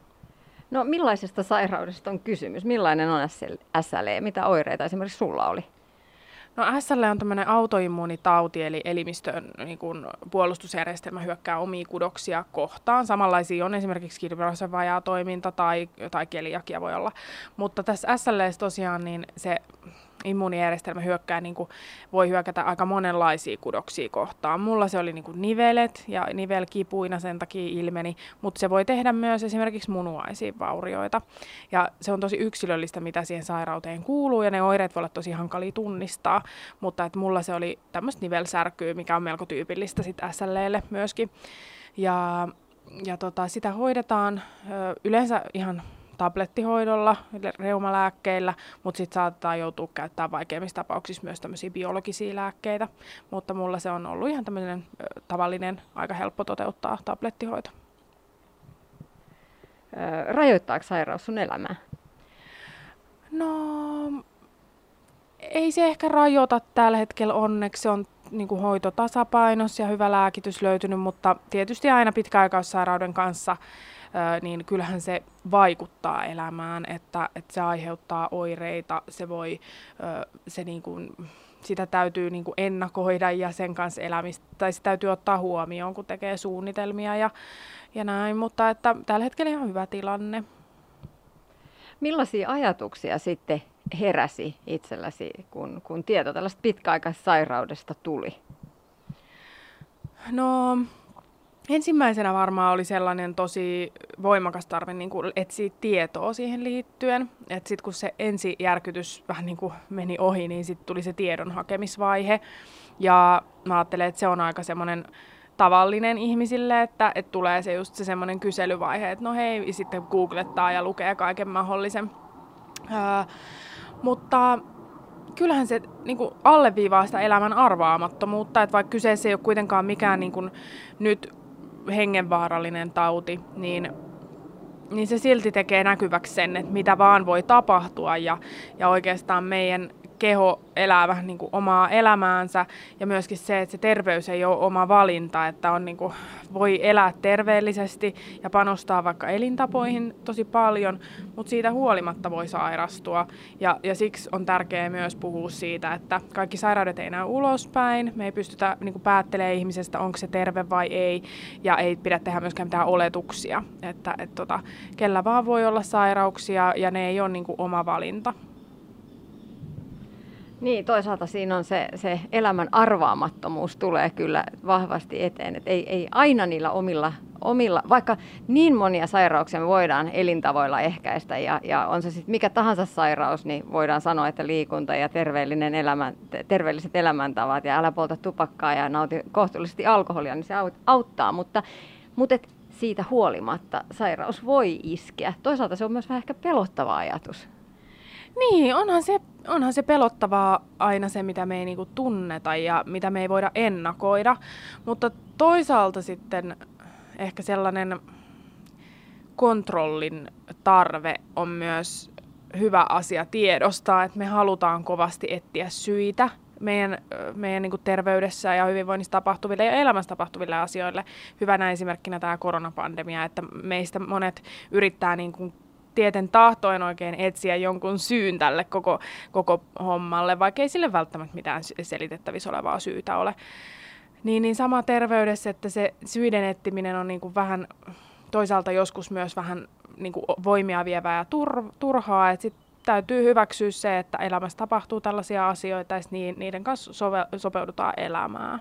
No millaisesta sairaudesta on kysymys? Millainen on S L E? Mitä oireita esimerkiksi sulla oli? No S L E on tämmöinen autoimmuunitauti, eli elimistön niin kun puolustusjärjestelmä hyökkää omia kudoksia kohtaan. Samanlaisia on esimerkiksi kirjoituksen vajaa toiminta tai, tai keliakia voi olla. Mutta tässä S L E:ssä tosiaan niin se immuunijärjestelmä hyökkää, niin kuin, voi hyökätä aika monenlaisia kudoksia kohtaan. Mulla se oli niin kuin nivelet ja nivelkipuina sen takia ilmeni, mutta se voi tehdä myös esimerkiksi munuaisia vaurioita. Ja se on tosi yksilöllistä, mitä siihen sairauteen kuuluu, ja ne oireet voi olla tosi hankalia tunnistaa, mutta et mulla se oli tämmöistä nivelsärkyä, mikä on melko tyypillistä sit S L E:lle myöskin. Ja, ja tota, sitä hoidetaan ö, yleensä ihan tablettihoidolla, reumalääkkeillä, mutta sitten saatetaan joutua käyttämään vaikeimmissa tapauksissa myös tämmöisiä biologisia lääkkeitä. Mutta mulla se on ollut ihan tämmöinen tavallinen, aika helppo toteuttaa tablettihoito. Rajoittaako sairaus sun elämää? No, ei se ehkä rajoita tällä hetkellä onneksi. Se on niin kuin hoito tasapainossa ja hyvä lääkitys löytynyt, mutta tietysti aina pitkäaikaissairauden kanssa niin kyllähän se vaikuttaa elämään, että, että se aiheuttaa oireita, se voi, se niin kuin, sitä täytyy niin kuin ennakoida ja sen kanssa elämistä, tai se täytyy ottaa huomioon, kun tekee suunnitelmia ja, ja näin, mutta että tällä hetkellä ihan hyvä tilanne. Millaisia ajatuksia sitten heräsi itselläsi, kun, kun tieto tällaista pitkäaikaissairaudesta tuli? No ensimmäisenä varmaan oli sellainen tosi voimakas tarve niin kuin etsiä tietoa siihen liittyen. Että sitten kun se ensijärkytys vähän niin kuin meni ohi, niin sitten tuli se tiedon hakemisvaihe. Ja mä ajattelen, että se on aika semmoinen tavallinen ihmisille, että, että tulee se just se semmoinen kyselyvaihe, että no hei, sitten googlettaa ja lukee kaiken mahdollisen. Öö, mutta kyllähän se niin kuin alleviivaa sitä elämän arvaamattomuutta, että vaikka kyseessä ei ole kuitenkaan mikään niin kuin nyt hengenvaarallinen tauti, niin, niin se silti tekee näkyväksi sen, että mitä vaan voi tapahtua ja, ja oikeastaan meidän keho elää vähän niin kuin omaa elämäänsä ja myöskin se, että se terveys ei ole oma valinta, että on niin kuin, voi elää terveellisesti ja panostaa vaikka elintapoihin tosi paljon, mutta siitä huolimatta voi sairastua ja, ja siksi on tärkeää myös puhua siitä, että kaikki sairaudet ei näy ulospäin, me ei pystytä niin kuin päättelemään ihmisestä, onko se terve vai ei ja ei pidä tehdä myöskään mitään oletuksia, että et tota, kellä vaan voi olla sairauksia ja ne ei ole niin kuin oma valinta. Niin, toisaalta siinä on se, se elämän arvaamattomuus tulee kyllä vahvasti eteen. Et ei, ei aina niillä omilla, omilla, vaikka niin monia sairauksia me voidaan elintavoilla ehkäistä ja, ja on se sitten mikä tahansa sairaus, niin voidaan sanoa, että liikunta ja terveellinen elämän, terveelliset elämäntavat ja älä polta tupakkaa ja nauti kohtuullisesti alkoholia, niin se auttaa, mutta, mutta et siitä huolimatta sairaus voi iskeä. Toisaalta se on myös vähän ehkä pelottava ajatus. Niin, onhan se, onhan se pelottavaa aina se, mitä me ei niinku tunneta ja mitä me ei voida ennakoida, mutta toisaalta sitten ehkä sellainen kontrollin tarve on myös hyvä asia tiedostaa, että me halutaan kovasti etsiä syitä meidän, meidän niin kuin terveydessä ja hyvinvoinnissa tapahtuville ja elämässä tapahtuville asioille. Hyvänä esimerkkinä tämä koronapandemia, että meistä monet yrittää niin kuin tieten tahtoen oikein etsiä jonkun syyn tälle koko, koko hommalle, vaikka ei sille välttämättä mitään selitettävissä olevaa syytä ole. Niin, niin sama terveydessä, että se syiden etsiminen on niin kuin vähän toisaalta joskus myös vähän niin kuin voimia vievää ja tur, turhaa, että sit täytyy hyväksyä se, että elämässä tapahtuu tällaisia asioita ja niiden kanssa sove, sopeudutaan elämään.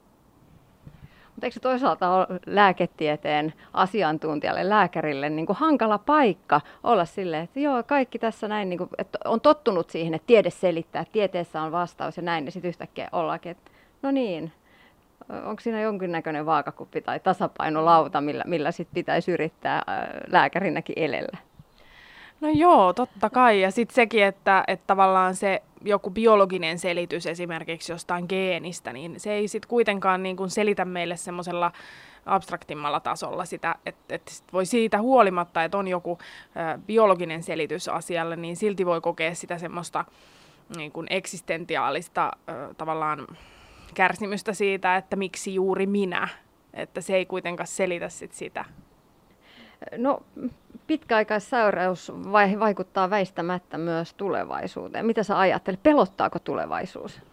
Mutta eikö se toisaalta ole lääketieteen asiantuntijalle, lääkärille niin kuin hankala paikka olla silleen, että joo, kaikki tässä näin, niin kuin, että on tottunut siihen, että tiede selittää, että tieteessä on vastaus ja näin, ja sitten yhtäkkiä ollaankin, että no niin, onko siinä jonkinnäköinen vaakakuppi tai tasapainolauta, millä, millä sit pitäisi yrittää lääkärinäkin elellä? No joo, totta kai. Ja sitten sekin, että, että tavallaan se joku biologinen selitys esimerkiksi jostain geenistä, niin se ei sitten kuitenkaan niin kuin selitä meille semmoisella abstraktimmalla tasolla sitä, että, että sit voi siitä huolimatta, että on joku ö, biologinen selitys asialle, niin silti voi kokea sitä semmoista niin kuin eksistentiaalista ö, tavallaan kärsimystä siitä, että miksi juuri minä, että se ei kuitenkaan selitä sit sitä. No, pitkäaikaissairaus vaikuttaa väistämättä myös tulevaisuuteen. Mitä sä ajattelet? Pelottaako tulevaisuus?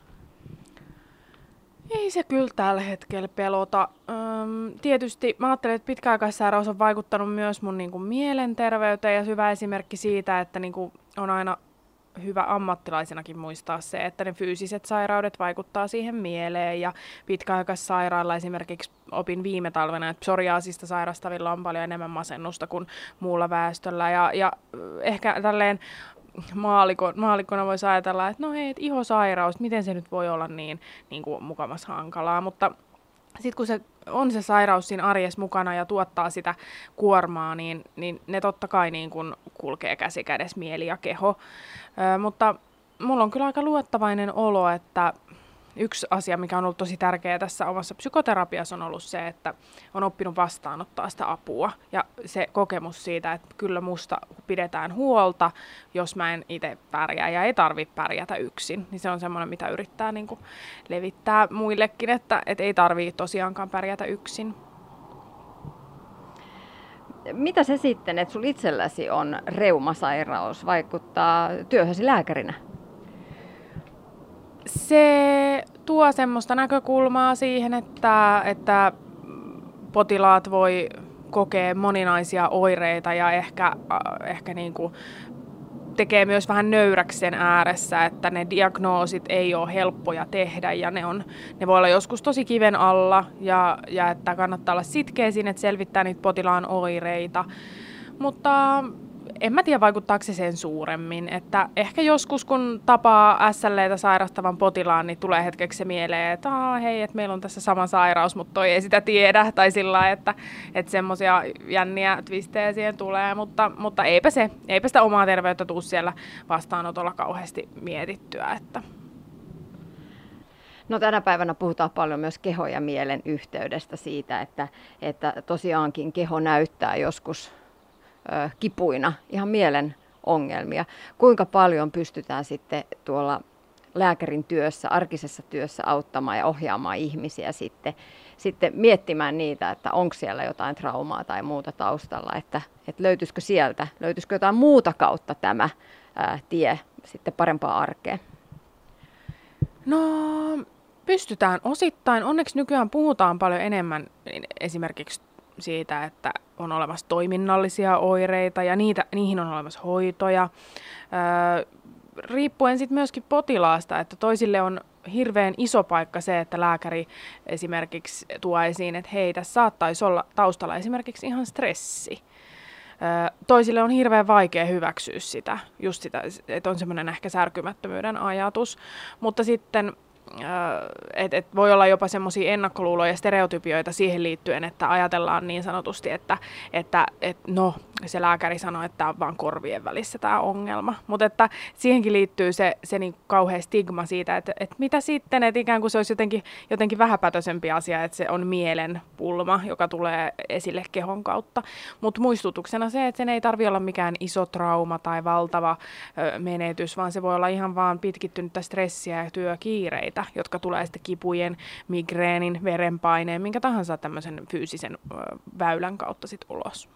Ei se kyllä tällä hetkellä pelota. Öm, tietysti mä ajattelen, että pitkäaikaissairaus on vaikuttanut myös mun niin kuin mielenterveyteen ja hyvä esimerkki siitä, että niin kuin on aina hyvä ammattilaisenakin muistaa se, että ne fyysiset sairaudet vaikuttaa siihen mieleen ja pitkäaikaissairailla esimerkiksi opin viime talvena, että psoriaasista sairastavilla on paljon enemmän masennusta kuin muulla väestöllä ja, ja ehkä tälleen maalikon, maalikkona voisi ajatella, että no hei, et ihosairaus, miten se nyt voi olla niin, niin kuin mukamas hankalaa, mutta sitten kun se on se sairaus siinä arjessa mukana ja tuottaa sitä kuormaa, niin, niin ne totta kai niin kun kulkee käsi kädessä mieli ja keho. Ö, mutta mulla on kyllä aika luottavainen olo, että yksi asia, mikä on ollut tosi tärkeää tässä omassa psykoterapiassa on ollut se, että on oppinut vastaanottaa sitä apua. Ja se kokemus siitä, että kyllä musta pidetään huolta, jos mä en itse pärjää ja ei tarvitse pärjätä yksin. Niin se on semmoinen, mitä yrittää niin kuin levittää muillekin, että, että ei tarvitse tosiaankaan pärjätä yksin. Mitä se sitten, että sulla itselläsi on reumasairaus, vaikuttaa työhösi lääkärinä? Se tuo semmoista näkökulmaa siihen, että, että potilaat voi kokea moninaisia oireita ja ehkä, ehkä niin kuin tekee myös vähän nöyräksi sen ääressä, että ne diagnoosit ei ole helppoja tehdä ja ne, on, ne voi olla joskus tosi kiven alla ja, ja että kannattaa olla sitkeä siinä, että selvittää niitä potilaan oireita. Mutta en mä tiedä, vaikuttaako se sen suuremmin, että ehkä joskus kun tapaa S L:tä sairastavan potilaan, niin tulee hetkeksi se mieleen, että Aa, hei, että meillä on tässä sama sairaus, mutta toi ei sitä tiedä, tai sillä lailla, että, että semmoisia jänniä twistejä siihen tulee, mutta, mutta eipä se, eipä sitä omaa terveyttä tuu siellä vastaanotolla kauheasti mietittyä. Että. No tänä päivänä puhutaan paljon myös kehon ja mielen yhteydestä siitä, että, että tosiaankin keho näyttää joskus kipuina, ihan mielen ongelmia. Kuinka paljon pystytään sitten tuolla lääkärin työssä, arkisessa työssä auttamaan ja ohjaamaan ihmisiä sitten, sitten miettimään niitä, että onko siellä jotain traumaa tai muuta taustalla, että, että löytyisikö sieltä, löytyisikö jotain muuta kautta tämä ää, tie sitten parempaa arkeen? No pystytään osittain. Onneksi nykyään puhutaan paljon enemmän esimerkiksi siitä, että on olemassa toiminnallisia oireita ja niitä, niihin on olemassa hoitoja. Öö, riippuen sitten myöskin potilaasta, että toisille on hirveän iso paikka se, että lääkäri esimerkiksi tuo esiin, että hei, tässä saattaisi olla taustalla esimerkiksi ihan stressi. Öö, toisille on hirveän vaikea hyväksyä sitä, just sitä, että on semmoinen ehkä särkymättömyyden ajatus, mutta sitten Et, et voi olla jopa semmoisia ennakkoluuloja ja stereotypioita siihen liittyen, että ajatellaan niin sanotusti, että, että et no, se lääkäri sanoo, että tämä on vaan korvien välissä tämä ongelma. Mutta että siihenkin liittyy se, se niin kauhea stigma siitä, että, että mitä sitten, että ikään kuin se olisi jotenkin, jotenkin vähäpätöisempi asia, että se on mielen pulma, joka tulee esille kehon kautta. Mutta muistutuksena se, että sen ei tarvitse olla mikään iso trauma tai valtava ö, menetys, vaan se voi olla ihan vaan pitkittynyttä stressiä ja työkiireitä, jotka tulee sitten kipujen, migreenin, verenpaineen, minkä tahansa tämmöisen fyysisen ö, väylän kautta sit ulos.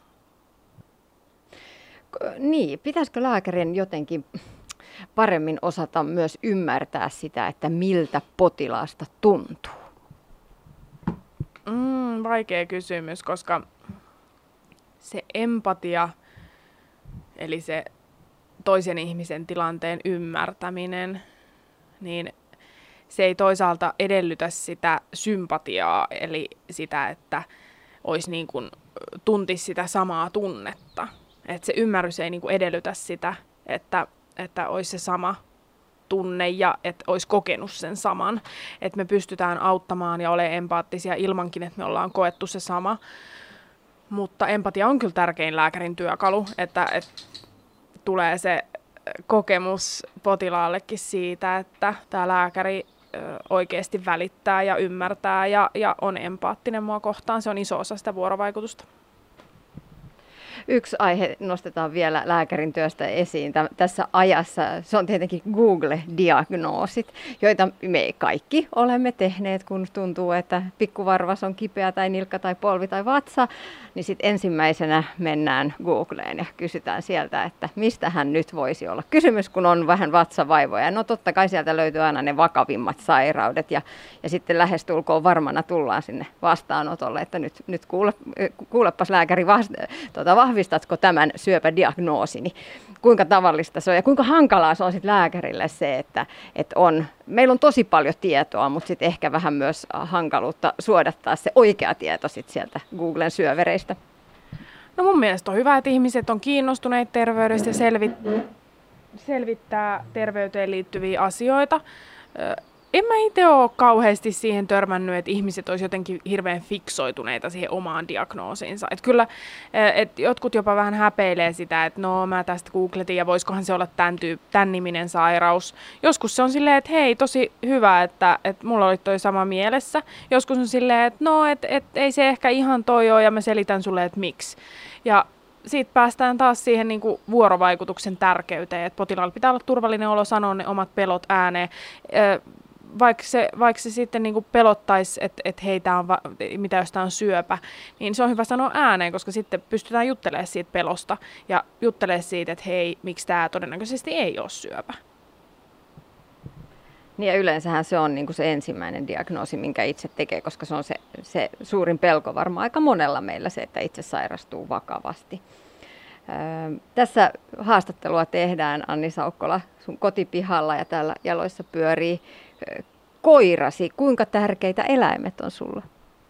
Niin, pitäisikö lääkärin jotenkin paremmin osata myös ymmärtää sitä, että miltä potilaasta tuntuu? Mm, vaikea kysymys, koska se empatia, eli se toisen ihmisen tilanteen ymmärtäminen, niin se ei toisaalta edellytä sitä sympatiaa, eli sitä, että olisi niin kuin, tuntisi sitä samaa tunnetta. Että se ymmärrys ei niin kuin edellytä sitä, että, että olisi se sama tunne ja että olisi kokenut sen saman. Että me pystytään auttamaan ja olemaan empaattisia ilmankin, että me ollaan koettu se sama. Mutta empatia on kyllä tärkein lääkärin työkalu, että, että tulee se kokemus potilaallekin siitä, että tämä lääkäri oikeasti välittää ja ymmärtää ja, ja on empaattinen mua kohtaan. Se on iso osa sitä vuorovaikutusta. Yksi aihe nostetaan vielä lääkärin työstä esiin tässä ajassa. Se on tietenkin Google-diagnoosit, joita me kaikki olemme tehneet, kun tuntuu, että pikkuvarvas on kipeä tai nilkka tai polvi tai vatsa. Niin sitten ensimmäisenä mennään Googleen ja kysytään sieltä, että mistähän nyt voisi olla kysymys, kun on vähän vatsavaivoja. No totta kai sieltä löytyy aina ne vakavimmat sairaudet ja, ja sitten lähestulkoon varmana tullaan sinne vastaanotolle, että nyt, nyt kuule, kuulepas lääkäri vasta, tuota, vahvistatko tämän syöpädiagnoosini? Kuinka tavallista se on ja kuinka hankalaa se on sitten lääkärille se, että, että on, meillä on tosi paljon tietoa, mutta sitten ehkä vähän myös hankaluutta suodattaa se oikea tieto sit sieltä Googlen syövereistä. No mun mielestä on hyvä, että ihmiset on kiinnostuneet terveydestä ja selvit- selvittää terveyteen liittyviä asioita. En mä itse ole kauheasti siihen törmännyt, että ihmiset olisi jotenkin hirveän fiksoituneita siihen omaan diagnoosiinsa. Et kyllä et jotkut jopa vähän häpeilee sitä, että no mä tästä googletin ja voisikohan se olla tämän, tyyp- tämän niminen sairaus. Joskus se on silleen, että hei, tosi hyvä, että, että mulla oli toi sama mielessä. Joskus on silleen, että no, et, et, ei se ehkä ihan toi ole ja mä selitän sulle, että miksi. Ja siitä päästään taas siihen niin kuin vuorovaikutuksen tärkeyteen, että potilaalla pitää olla turvallinen olo sanoa ne omat pelot ääneen. Vaikka se, vaikka se sitten niin kuin pelottaisi, että, että hei, tää on va- mitä jos tämä on syöpä, niin se on hyvä sanoa ääneen, koska sitten pystytään juttelemaan siitä pelosta ja juttelemaan siitä, että hei, miksi tämä todennäköisesti ei ole syöpä. Niin ja yleensähän se on niin kuin se ensimmäinen diagnoosi, minkä itse tekee, koska se on se, se suurin pelko varmaan aika monella meillä se, että itse sairastuu vakavasti. Tässä haastattelua tehdään, Anni Saukkola, sun kotipihalla ja täällä jaloissa pyörii koirasi. Kuinka tärkeitä eläimet on sulla?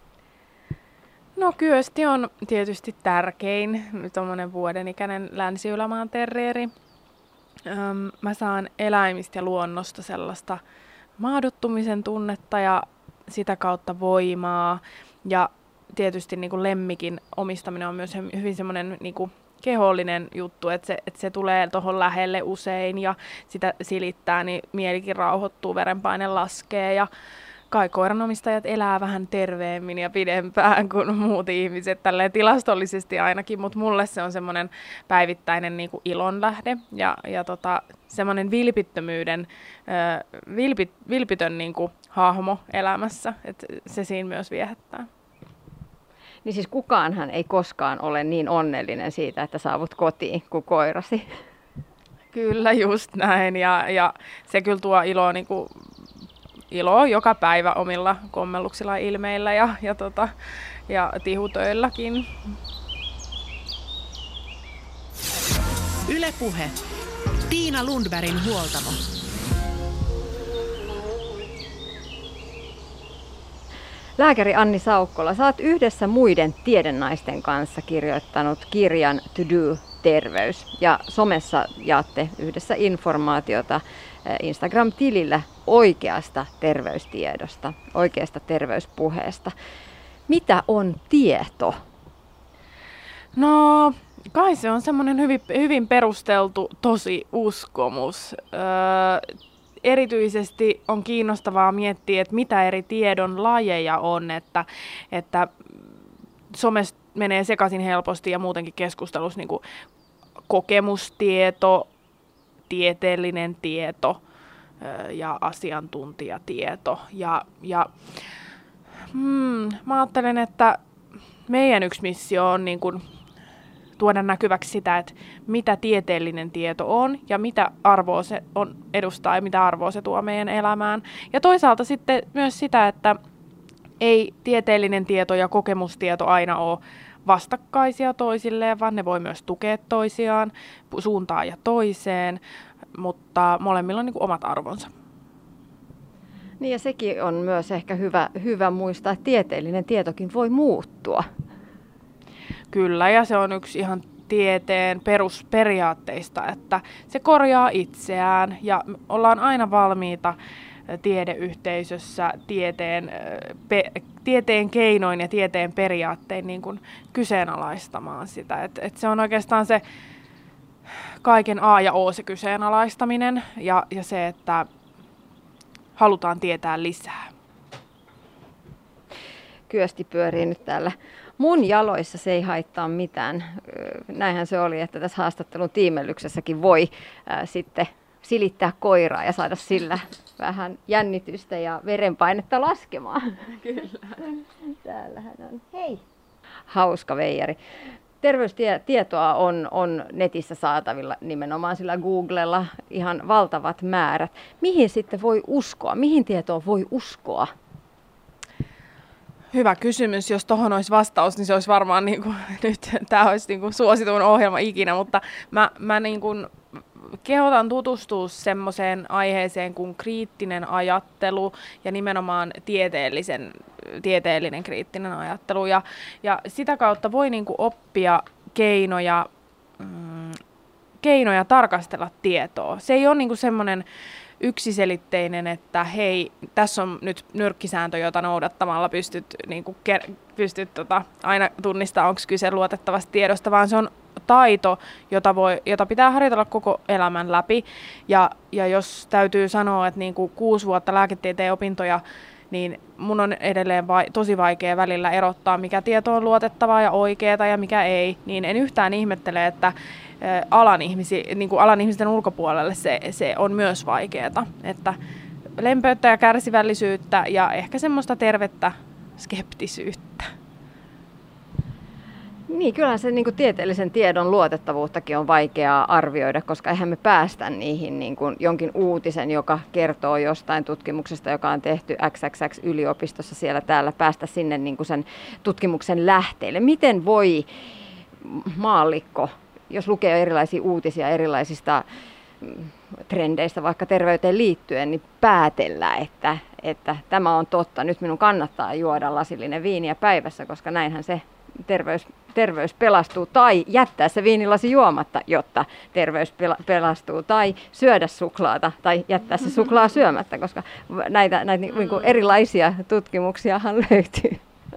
No Kyösti on tietysti tärkein, tuommoinen vuoden ikäinen Länsi-Ylämaan terrieri. Öm, mä saan eläimistä ja luonnosta sellaista maadottumisen tunnetta ja sitä kautta voimaa. Ja tietysti niin kuin lemmikin omistaminen on myös hyvin semmoinen niin kuin kehollinen juttu, että se, että se tulee tuohon lähelle usein ja sitä silittää, niin mielikin rauhoittuu, verenpaine laskee ja kai koiranomistajat elää vähän terveemmin ja pidempään kuin muut ihmiset, tälleen tilastollisesti ainakin, mutta mulle se on semmoinen päivittäinen niin kuin ilonlähde ja, ja tota, semmoinen vilpittömyyden, äh, vilpit, vilpitön niin kuin hahmo elämässä, että se siinä myös viehättää. Niin siis kukaanhan ei koskaan ole niin onnellinen siitä, että saavut kotiin kuin koirasi. Kyllä, just näin. Ja, ja se kyllä tuo iloa, niin kuin, iloa joka päivä omilla kommelluksilla, ilmeillä ja, ja, tota, ja tihutöilläkin. Yle Puhe. Tiina Lundbergin huoltamo. Lääkäri Anni Saukkola, sä oot yhdessä muiden tiedennaisten kanssa kirjoittanut kirjan To Do Terveys ja somessa jaatte yhdessä informaatiota Instagram-tilillä oikeasta terveystiedosta, oikeasta terveyspuheesta. Mitä on tieto? No, kai se on semmoinen hyvin, hyvin perusteltu tosi uskomus. Öö, Erityisesti on kiinnostavaa miettiä, että mitä eri tiedon lajeja on, että, että somessa menee sekaisin helposti ja muutenkin keskustelussa niin kuin kokemustieto, tieteellinen tieto ja asiantuntijatieto. Ja, ja hmm, mä ajattelen, että meidän yksi missio on niin kuin tuoda näkyväksi sitä, että mitä tieteellinen tieto on ja mitä arvoa se on edustaa ja mitä arvoa se tuo meidän elämään. Ja toisaalta sitten myös sitä, että ei tieteellinen tieto ja kokemustieto aina ole vastakkaisia toisilleen, vaan ne voi myös tukea toisiaan suuntaan ja toiseen, mutta molemmilla on niin kuin omat arvonsa. Niin ja sekin on myös ehkä hyvä, hyvä muistaa, että tieteellinen tietokin voi muuttua. Kyllä, ja se on yksi ihan tieteen perusperiaatteista, että se korjaa itseään ja ollaan aina valmiita tiedeyhteisössä tieteen, pe, tieteen keinoin ja tieteen periaattein niin kuin kyseenalaistamaan sitä. Et, et se on oikeastaan se kaiken A ja O se kyseenalaistaminen ja, ja se, että halutaan tietää lisää. Kyösti pyörii nyt täällä mun jaloissa, se ei haittaa mitään. Näinhän se oli, että tässä haastattelun tiimellyksessäkin voi ää, sitten silittää koiraa ja saada sillä vähän jännitystä ja verenpainetta laskemaan. Kyllä. Täällähän on. Hei! Hauska veijari. Terveystietoa on, on netissä saatavilla nimenomaan sillä Googlella ihan valtavat määrät. Mihin sitten voi uskoa? Mihin tietoon voi uskoa? Hyvä kysymys. Jos tuohon olisi vastaus, niin se olisi varmaan niin kuin, nyt tämä olisi niin kuin suosituin ohjelma ikinä, mutta mä, mä niin kuin kehotan tutustua semmoiseen aiheeseen kuin kriittinen ajattelu ja nimenomaan tieteellisen, tieteellinen kriittinen ajattelu. Ja, ja sitä kautta voi niin kuin oppia keinoja, mm, keinoja tarkastella tietoa. Se ei ole niin kuin semmoinen yksiselitteinen, että hei, tässä on nyt nyrkkisääntö, jota noudattamalla pystyt, niin kuin, pystyt tota, aina tunnistamaan, onko kyse luotettavasta tiedosta, vaan se on taito, jota, voi, jota pitää harjoitella koko elämän läpi. Ja, ja jos täytyy sanoa, että niin kuin kuusi vuotta lääketieteen opintoja, niin mun on edelleen vai, tosi vaikea välillä erottaa, mikä tieto on luotettavaa ja oikeaa ja mikä ei, niin en yhtään ihmettele, että alan, ihmisi, niin kuin alan ihmisten ulkopuolelle se, se on myös vaikeaa. Että lempeyttä ja kärsivällisyyttä ja ehkä semmoista tervettä skeptisyyttä. Niin, kyllähän se niin kuin tieteellisen tiedon luotettavuuttakin on vaikeaa arvioida, koska eihän me päästä niihin niin kuin jonkin uutisen, joka kertoo jostain tutkimuksesta, joka on tehty X X X-yliopistossa siellä täällä, päästä sinne niin kuin sen tutkimuksen lähteille. Miten voi maallikko jos lukee erilaisia uutisia erilaisista trendeistä vaikka terveyteen liittyen, niin päätellä, että, että tämä on totta. Nyt minun kannattaa juoda lasillinen viiniä päivässä, koska näinhän se terveys, terveys pelastuu. Tai jättää se viinilasi juomatta, jotta terveys pelastuu. Tai syödä suklaata tai jättää se suklaa syömättä, koska näitä, näitä niin kuin erilaisia tutkimuksiahan löytyy.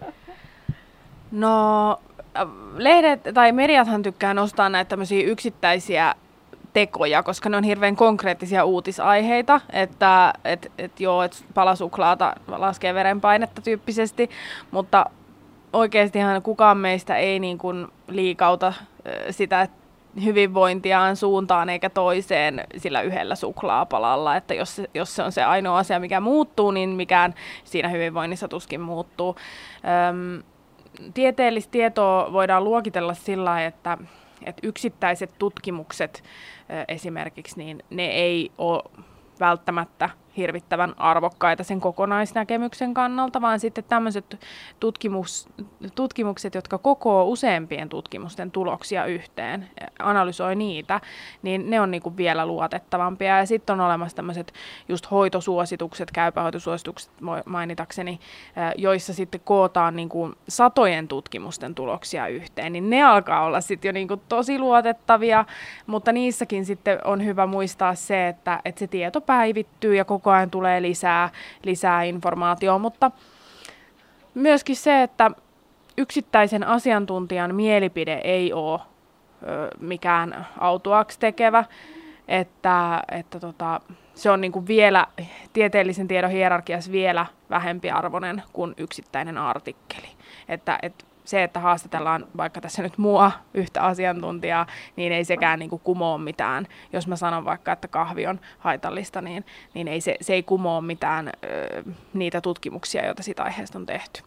No lehdet tai mediathan tykkää nostaa näitä tämmöisiä yksittäisiä tekoja, koska ne on hirveän konkreettisia uutisaiheita, että et, et joo, et palasuklaata laskee verenpainetta tyyppisesti, mutta oikeastihan kukaan meistä ei niin kuin liikauta sitä hyvinvointiaan suuntaan eikä toiseen sillä yhdellä suklaapalalla, että jos se, jos se on se ainoa asia, mikä muuttuu, niin mikään siinä hyvinvoinnissa tuskin muuttuu. Öm, tieteellistä tietoa voidaan luokitella sillä lailla, että että yksittäiset tutkimukset esimerkiksi, niin ne ei ole välttämättä hirvittävän arvokkaita sen kokonaisnäkemyksen kannalta, vaan sitten tämmöiset tutkimus, tutkimukset, jotka kokoo useampien tutkimusten tuloksia yhteen, analysoi niitä, niin ne on niinku vielä luotettavampia. Ja sitten on olemassa tämmöiset just hoitosuositukset, käypähoitosuositukset mainitakseni, joissa sitten kootaan niinku satojen tutkimusten tuloksia yhteen, niin ne alkaa olla sitten jo niinku tosi luotettavia, mutta niissäkin sitten on hyvä muistaa se, että, että se tieto päivittyy ja koko ajan tulee lisää, lisää informaatiota, mutta myöskin se, että yksittäisen asiantuntijan mielipide ei ole ö, mikään autuaaksi tekevä, että, että tota, se on niinku vielä tieteellisen tiedon hierarkiassa vielä vähempiarvoinen kuin yksittäinen artikkeli. Että, et se, että haastatellaan vaikka tässä nyt mua yhtä asiantuntijaa, niin ei sekään niin kuin kumoa mitään. Jos mä sanon vaikka, että kahvi on haitallista, niin, niin ei se, se ei kumoa mitään ö, niitä tutkimuksia, joita siitä aiheesta on tehty.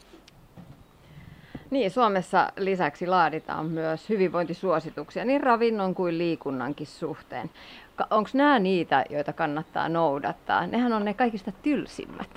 Niin, Suomessa lisäksi laaditaan myös hyvinvointisuosituksia niin ravinnon kuin liikunnankin suhteen. Onko nämä niitä, joita kannattaa noudattaa? Nehän on ne kaikista tylsimmät.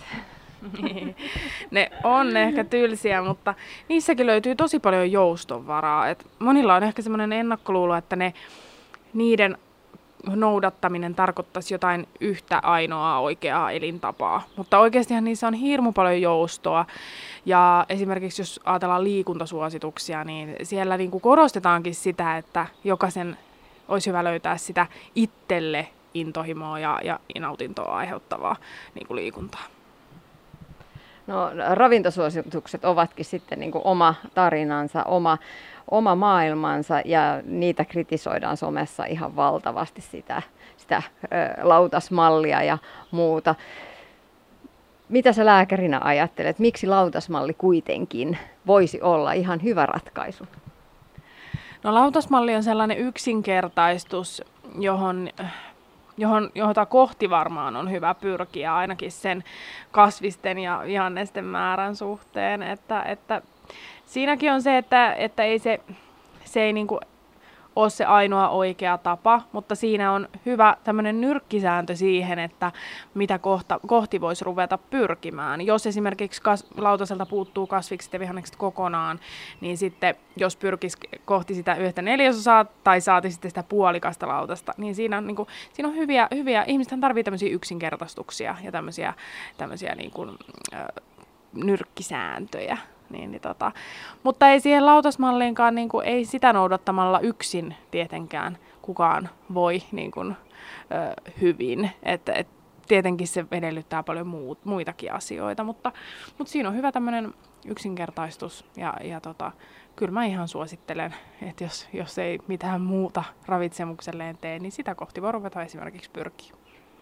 Ne on ehkä tylsiä, mutta niissäkin löytyy tosi paljon joustonvaraa. Et monilla on ehkä semmoinen ennakkoluulo, että ne, niiden noudattaminen tarkoittaisi jotain yhtä ainoaa oikeaa elintapaa. Mutta oikeastihan niissä on hirmu paljon joustoa. Ja esimerkiksi jos ajatellaan liikuntasuosituksia, niin siellä niinku korostetaankin sitä, että jokaisen olisi hyvä löytää sitä itselle intohimoa ja, ja nautintoa aiheuttavaa niinku liikuntaa. No, ravintosuositukset ovatkin sitten niin kuin oma tarinansa, oma, oma maailmansa ja niitä kritisoidaan somessa ihan valtavasti sitä, sitä ö, lautasmallia ja muuta. Mitä sä lääkärinä ajattelet, miksi lautasmalli kuitenkin voisi olla ihan hyvä ratkaisu? No lautasmalli on sellainen yksinkertaistus, johon... Johon, jota kohti varmaan on hyvä pyrkiä ainakin sen kasvisten ja vihannesten määrän suhteen. Että, että siinäkin on se, että, että ei se, se ei niinku ole se ainoa oikea tapa, mutta siinä on hyvä tämmöinen nyrkkisääntö siihen, että mitä kohta, kohti voisi ruveta pyrkimään. Jos esimerkiksi kas, lautaselta puuttuu kasvikset ja vihannekset kokonaan, niin sitten jos pyrkisi kohti sitä yhtä neljäsosaa tai saati sitten sitä puolikasta lautasta, niin siinä on, niin kuin, siinä on hyviä, hyviä, ihmisethän tarvitsee tämmöisiä yksinkertaistuksia ja tämmöisiä, tämmöisiä niin kuin, äh, nyrkkisääntöjä. Niin, niin tota. Mutta ei siihen lautasmalliinkaan, niin kuin, ei sitä noudattamalla yksin tietenkään kukaan voi niin kuin, ö, hyvin. Et, et, tietenkin se edellyttää paljon muut, muitakin asioita, mutta, mutta siinä on hyvä tämmöinen yksinkertaistus. Ja, ja tota, kyllä mä ihan suosittelen, että jos, jos ei mitään muuta ravitsemukselleen tee, niin sitä kohti voi ruveta esimerkiksi pyrkiä.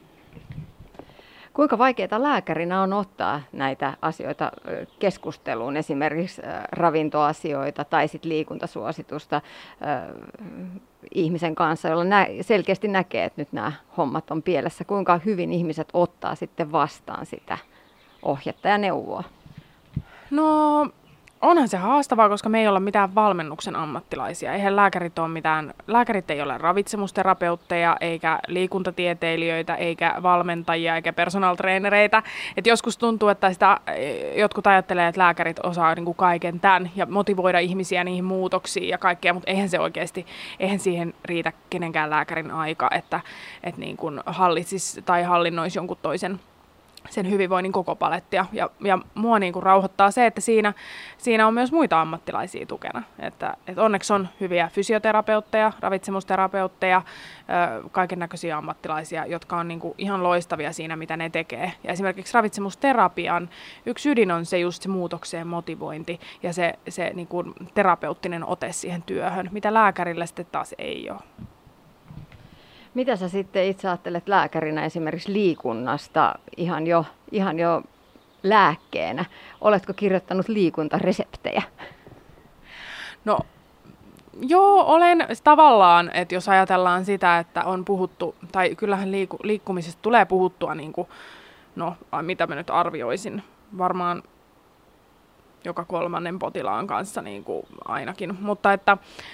Kuinka vaikeaa lääkärinä on ottaa näitä asioita keskusteluun, esimerkiksi ravintoasioita tai sit liikuntasuositusta äh, ihmisen kanssa, jolla nä- selkeästi näkee, että nyt nämä hommat on pielessä. Kuinka hyvin ihmiset ottaa sitten vastaan sitä ohjetta ja neuvoa? No onhan se haastavaa, koska me ei olla mitään valmennuksen ammattilaisia. Eihän lääkärit ole mitään, lääkärit ei ole ravitsemusterapeutteja, eikä liikuntatieteilijöitä, eikä valmentajia, eikä personal trainereita. Et joskus tuntuu, että sitä, jotkut ajattelee, että lääkärit osaa niin kuin kaiken tämän ja motivoida ihmisiä niihin muutoksiin ja kaikkea, mutta eihän se oikeasti, eihän siihen riitä kenenkään lääkärin aika, että, että niin kuin hallitsisi tai hallinnoisi jonkun toisen sen hyvinvoinnin koko palettia. Ja, ja mua niin kuin rauhoittaa se, että siinä, siinä on myös muita ammattilaisia tukena. Että, että onneksi on hyviä fysioterapeutteja, ravitsemusterapeutteja, kaiken näköisiä ammattilaisia, jotka on niin kuin ihan loistavia siinä, mitä ne tekee. Ja esimerkiksi ravitsemusterapian yksi ydin on se just se muutokseen motivointi ja se, se niin kuin terapeuttinen ote siihen työhön, mitä lääkärillä sitten taas ei ole. Mitä sä sitten itse ajattelet lääkärinä esimerkiksi liikunnasta ihan jo, ihan jo lääkkeenä? Oletko kirjoittanut liikuntareseptejä? No joo, olen tavallaan, että jos ajatellaan sitä, että on puhuttu, tai kyllähän liiku, liikkumisesta tulee puhuttua, niin kuin, no mitä mä nyt arvioisin, varmaan joka kolmannen potilaan kanssa niin kuin ainakin, mutta että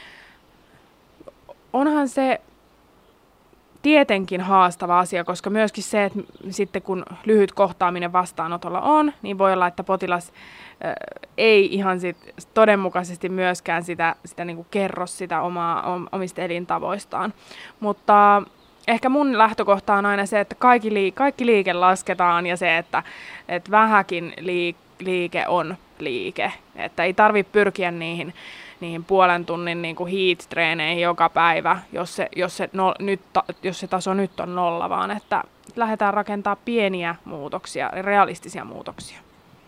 onhan se tietenkin haastava asia, koska myöskin se, että sitten kun lyhyt kohtaaminen vastaanotolla on, niin voi olla, että potilas äh, ei ihan sit todenmukaisesti myöskään sitä, sitä niinku kerro sitä omaa, omista elintavoistaan. Mutta ehkä mun lähtökohta on aina se, että kaikki, lii, kaikki liike lasketaan ja se, että et vähäkin liike, liike on liike. Että ei tarvitse pyrkiä niihin niihin puolen tunnin niin kuin heat-treeneihin joka päivä, jos se, jos, se no, nyt, jos se taso nyt on nolla, vaan että lähdetään rakentamaan pieniä muutoksia, realistisia muutoksia.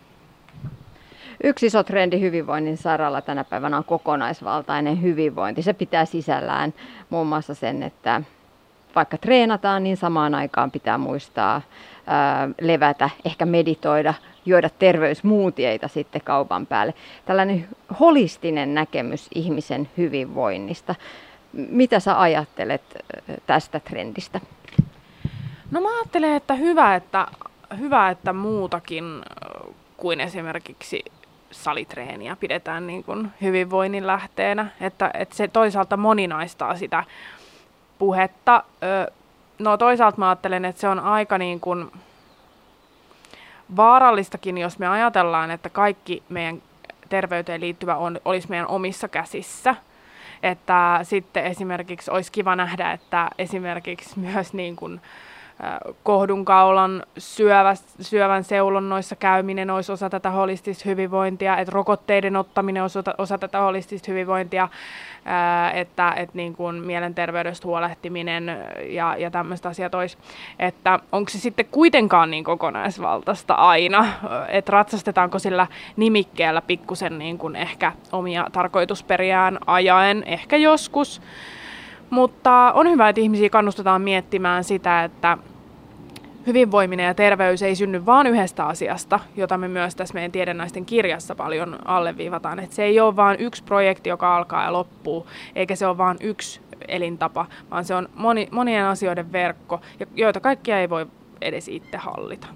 Yksi iso trendi hyvinvoinnin saralla tänä päivänä on kokonaisvaltainen hyvinvointi. Se pitää sisällään muun muassa sen, että vaikka treenataan, niin samaan aikaan pitää muistaa ää, levätä, ehkä meditoida, juoda terveysmuutieita sitten kaupan päälle. Tällainen holistinen näkemys ihmisen hyvinvoinnista. Mitä sä ajattelet tästä trendistä? No mä ajattelen, että hyvä, että, hyvä, että muutakin kuin esimerkiksi salitreeniä pidetään niin kuin hyvinvoinnin lähteenä. Että, että se toisaalta moninaistaa sitä puhetta. No toisaalta mä ajattelen, että se on aika niin kuin vaarallistakin, jos me ajatellaan, että kaikki meidän terveyteen liittyvä on, olisi meidän omissa käsissä. Että sitten esimerkiksi olisi kiva nähdä, että esimerkiksi myös niin kuin kohdunkaulan syövä, syövän seulonnoissa käyminen olisi osa tätä holistista hyvinvointia, että rokotteiden ottaminen olisi osa, osa tätä holistista hyvinvointia, ää, että, että niin kuin mielenterveydestä huolehtiminen ja, ja tämmöiset asiat olisi. Että onko se sitten kuitenkaan niin kokonaisvaltaista aina, että ratsastetaanko sillä nimikkeellä pikkusen niin kuin ehkä omia tarkoitusperiään ajaen, ehkä joskus. Mutta on hyvä, että ihmisiä kannustetaan miettimään sitä, että hyvinvoiminen ja terveys ei synny vain yhdestä asiasta, jota me myös tässä meidän Tiedennaisten kirjassa paljon alleviivataan. Että se ei ole vain yksi projekti, joka alkaa ja loppuu, eikä se ole vain yksi elintapa, vaan se on moni, monien asioiden verkko, joita kaikkia ei voi edes itse hallita.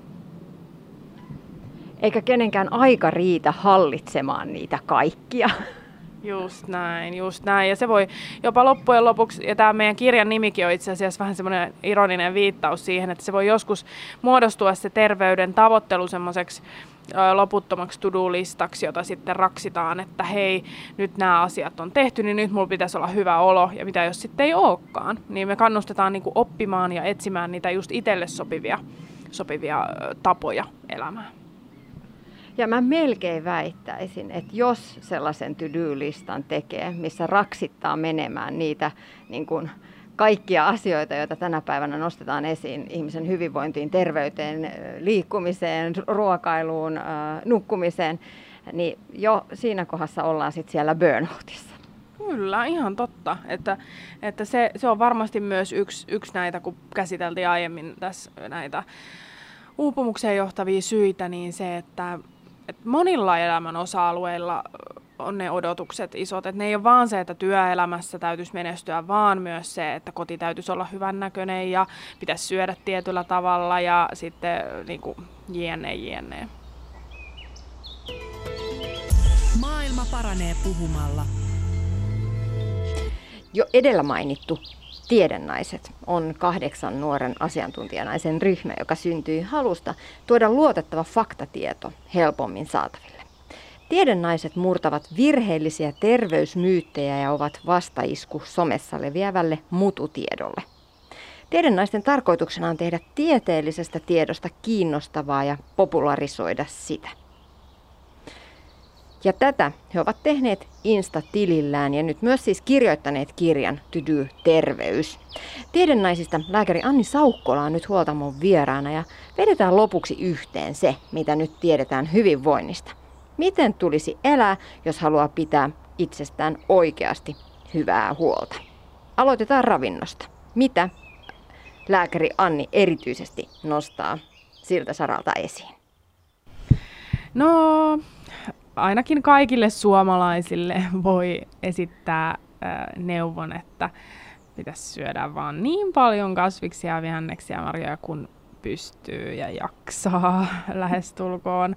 Eikä kenenkään aika riitä hallitsemaan niitä kaikkia. Just näin, just näin. Ja se voi jopa loppujen lopuksi, ja tämä meidän kirjan nimikin on itse asiassa vähän semmoinen ironinen viittaus siihen, että se voi joskus muodostua se terveyden tavoittelu semmoiseksi loputtomaksi to-do-listaksi, jota sitten raksitaan, että hei, nyt nämä asiat on tehty, niin nyt mulla pitäisi olla hyvä olo, ja mitä jos sitten ei olekaan. Niin me kannustetaan niin kuin oppimaan ja etsimään niitä just itselle sopivia, sopivia tapoja elämään. Ja mä melkein väittäisin, että jos sellaisen to-do-listan tekee, missä raksittaa menemään niitä niin kuin kaikkia asioita, joita tänä päivänä nostetaan esiin ihmisen hyvinvointiin, terveyteen, liikkumiseen, ruokailuun, nukkumiseen, niin jo siinä kohdassa ollaan sitten siellä burnoutissa. Kyllä, ihan totta. Että, että se, se on varmasti myös yksi, yksi näitä, kun käsiteltiin aiemmin tässä näitä uupumukseen johtavia syitä, niin se, että et monilla elämän osa-alueilla on ne odotukset isot. Et ne ei ole vaan se, että työelämässä täytyisi menestyä, vaan myös se, että koti täytyisi olla hyvännäköinen ja pitäisi syödä tietyllä tavalla ja sitten niin kuin jne, jne. Elämä paranee puhumalla. Jo edellä mainittu Tiedennaiset on kahdeksan nuoren asiantuntijanaisen ryhmä, joka syntyi halusta tuoda luotettava faktatieto helpommin saataville. Tiedennaiset murtavat virheellisiä terveysmyyttejä ja ovat vastaisku somessa leviävälle mututiedolle. Tiedennaisten tarkoituksena on tehdä tieteellisestä tiedosta kiinnostavaa ja popularisoida sitä. Ja tätä he ovat tehneet Insta-tilillään ja nyt myös siis kirjoittaneet kirjan To Do Terveys. Tiedennaisista lääkäri Anni Saukkola on nyt huoltamon vieraana ja vedetään lopuksi yhteen se, mitä nyt tiedetään hyvinvoinnista. Miten tulisi elää, jos haluaa pitää itsestään oikeasti hyvää huolta? Aloitetaan ravinnosta. Mitä lääkäri Anni erityisesti nostaa siltä saralta esiin? No, ainakin kaikille suomalaisille voi esittää äh, neuvon, että pitäisi syödä vaan niin paljon kasviksia, vihanneksia ja marjoja kun pystyy ja jaksaa lähestulkoon.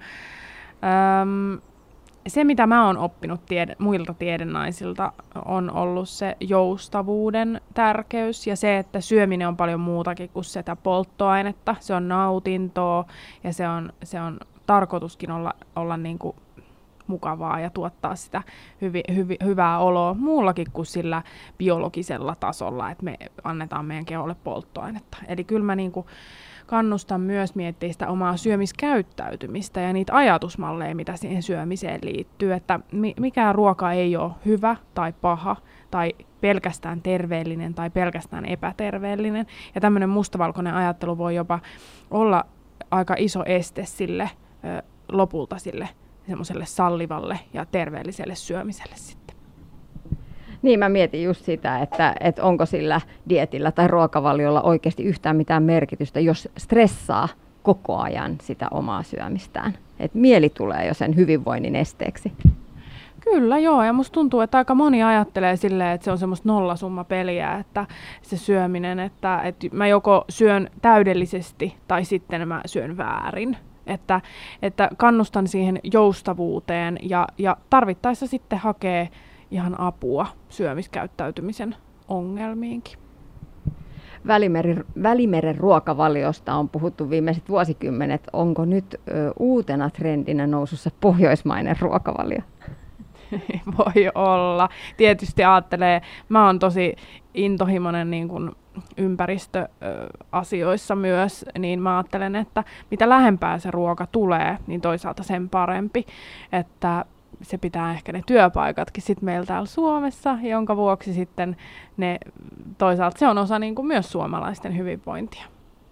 Öm, se, mitä mä oon oppinut tiede, muilta tiedennaisilta, on ollut se joustavuuden tärkeys ja se, että syöminen on paljon muutakin kuin sitä polttoainetta. Se on nautintoa ja se on, se on tarkoituskin olla, olla niin kuin mukavaa ja tuottaa sitä hyvi, hyvi, hyvää oloa muullakin kuin sillä biologisella tasolla, että me annetaan meidän keholle polttoainetta. Eli kyllä mä niin kuin kannustan myös miettiä sitä omaa syömiskäyttäytymistä ja niitä ajatusmalleja, mitä siihen syömiseen liittyy, että mikään ruoka ei ole hyvä tai paha tai pelkästään terveellinen tai pelkästään epäterveellinen. Ja tämmöinen mustavalkoinen ajattelu voi jopa olla aika iso este sille ö, lopulta sille semmoiselle sallivalle ja terveelliselle syömiselle sitten. Niin, mä mietin just sitä, että, että onko sillä dietillä tai ruokavaliolla oikeasti yhtään mitään merkitystä, jos stressaa koko ajan sitä omaa syömistään. Et mieli tulee jo sen hyvinvoinnin esteeksi. Kyllä joo, ja musta tuntuu, että aika moni ajattelee silleen, että se on semmoista nollasummapeliä, että se syöminen, että, että mä joko syön täydellisesti tai sitten mä syön väärin. Että, että kannustan siihen joustavuuteen ja, ja tarvittaessa sitten hakee ihan apua syömiskäyttäytymisen ongelmiinkin. Välimeren, Välimeren ruokavaliosta on puhuttu viimeiset vuosikymmenet. Onko nyt ö, uutena trendinä nousussa pohjoismainen ruokavalio? Voi olla. Tietysti ajattelee, mä oon tosi intohimoinen niin kuin ympäristöasioissa myös, niin mä ajattelen, että mitä lähempää se ruoka tulee, niin toisaalta sen parempi, että se pitää ehkä ne työpaikatkin sitten meillä täällä Suomessa, jonka vuoksi sitten ne, toisaalta se on osa niin kuin myös suomalaisten hyvinvointia.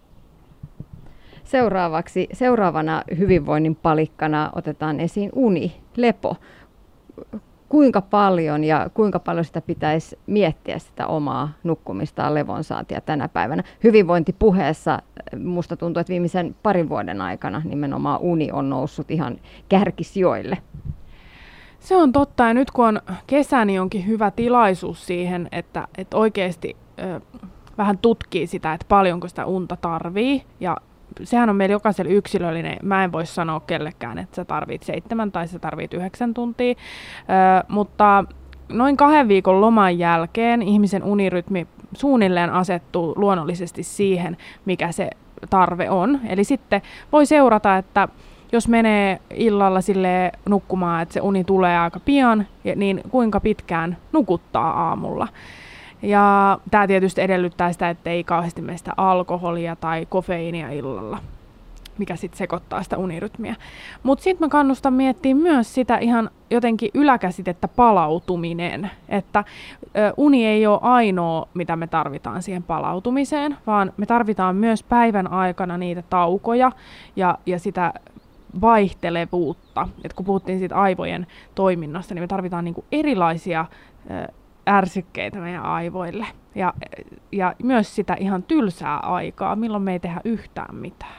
Seuraavaksi, seuraavana hyvinvoinnin palikkana otetaan esiin uni, lepo. Kuinka paljon ja kuinka paljon sitä pitäisi miettiä sitä omaa nukkumistaan, levonsaantia tänä päivänä? Hyvinvointipuheessa musta tuntuu, että viimeisen parin vuoden aikana nimenomaan uni on noussut ihan kärkisijoille. Se on totta, ja nyt kun on kesä, niin onkin hyvä tilaisuus siihen, että, että oikeasti ö, vähän tutkii sitä, että paljonko sitä unta tarvii, ja sehän on meillä jokaisella yksilöllinen. Mä en voi sanoa kellekään, että sä tarvit seitsemän tai sä tarvit yhdeksän tuntia, ö, mutta noin kahden viikon loman jälkeen ihmisen unirytmi suunnilleen asettuu luonnollisesti siihen, mikä se tarve on. Eli sitten voi seurata, että jos menee illalla silleen nukkumaan, että se uni tulee aika pian, niin kuinka pitkään nukuttaa aamulla. Ja tämä tietysti edellyttää sitä, että ei kauheasti mene sitä alkoholia tai kofeiinia illalla, mikä sitten sekoittaa sitä unirytmiä. Mutta sitten mä kannustan miettimään myös sitä ihan jotenkin yläkäsitettä palautuminen, että ö, uni ei ole ainoa, mitä me tarvitaan siihen palautumiseen, vaan me tarvitaan myös päivän aikana niitä taukoja ja, ja sitä vaihtelevuutta. Et kun puhuttiin siitä aivojen toiminnasta, niin me tarvitaan niinku erilaisia ö, ärsykkeitä meidän aivoille. Ja, ja myös sitä ihan tylsää aikaa, milloin me ei tehdä yhtään mitään.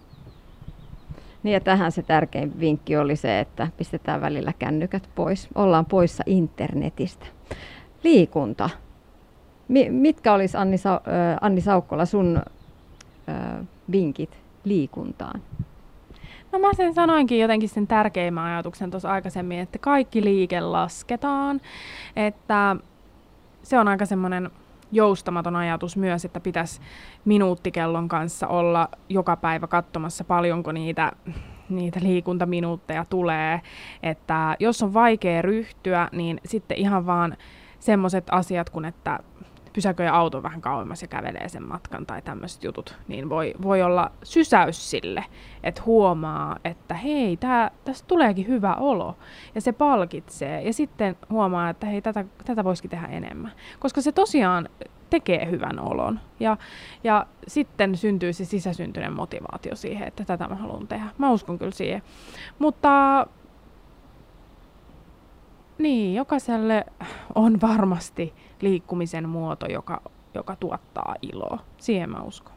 Niin ja tähän se tärkein vinkki oli se, että pistetään välillä kännykät pois. Ollaan poissa internetistä. Liikunta. Mitkä olisi Anni, Sa- Anni Saukkola sun äh, vinkit liikuntaan? No mä sen sanoinkin jotenkin sen tärkeimmän ajatuksen tuossa aikaisemmin, että kaikki liike lasketaan, että se on aika semmoinen joustamaton ajatus myös, että pitäisi minuuttikellon kanssa olla joka päivä katsomassa paljonko niitä, niitä liikuntaminuutteja tulee, että jos on vaikea ryhtyä, niin sitten ihan vaan semmoiset asiat kuin, että pysäköi auton vähän kauemmas ja kävelee sen matkan tai tämmöiset jutut, niin voi, voi olla sysäys sille, että huomaa, että hei, tää, tästä tuleekin hyvä olo ja se palkitsee ja sitten huomaa, että hei, tätä, tätä voisikin tehdä enemmän, koska se tosiaan tekee hyvän olon ja, ja sitten syntyy se sisäsyntyinen motivaatio siihen, että tätä mä haluan tehdä. Mä uskon kyllä siihen, mutta niin, jokaiselle on varmasti liikkumisen muoto, joka, joka tuottaa iloa. Siihen mä uskon.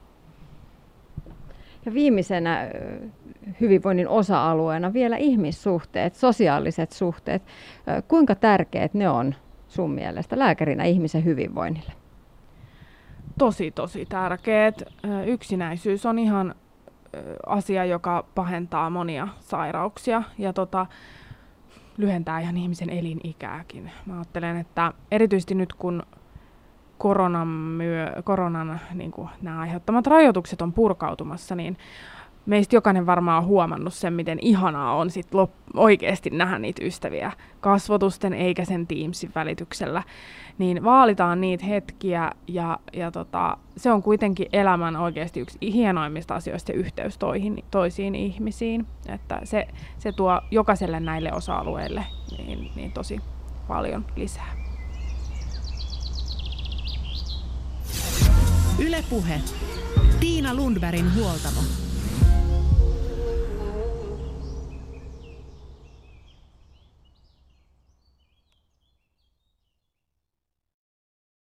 Ja viimeisenä hyvinvoinnin osa-alueena vielä ihmissuhteet, sosiaaliset suhteet. Kuinka tärkeät ne on sun mielestä lääkärinä ihmisen hyvinvoinnille? Tosi, tosi tärkeät. Yksinäisyys on ihan asia, joka pahentaa monia sairauksia ja tota, lyhentää ihan ihmisen elinikääkin. Mä ajattelen, että erityisesti nyt kun koronan, myö, koronan niin kuin nämä aiheuttamat rajoitukset on purkautumassa, niin meistä jokainen varmaan on huomannut sen, miten ihanaa on sit lop- oikeasti nähdä niitä ystäviä kasvotusten eikä sen Teamsin välityksellä. Niin vaalitaan niitä hetkiä ja, ja tota, se on kuitenkin elämän oikeasti yksi hienoimmista asioista, yhteys toihin, toisiin ihmisiin. Että se, se tuo jokaiselle näille osa-alueille niin, niin tosi paljon lisää. Yle Puhe. Tiina Lundbergin huoltamo.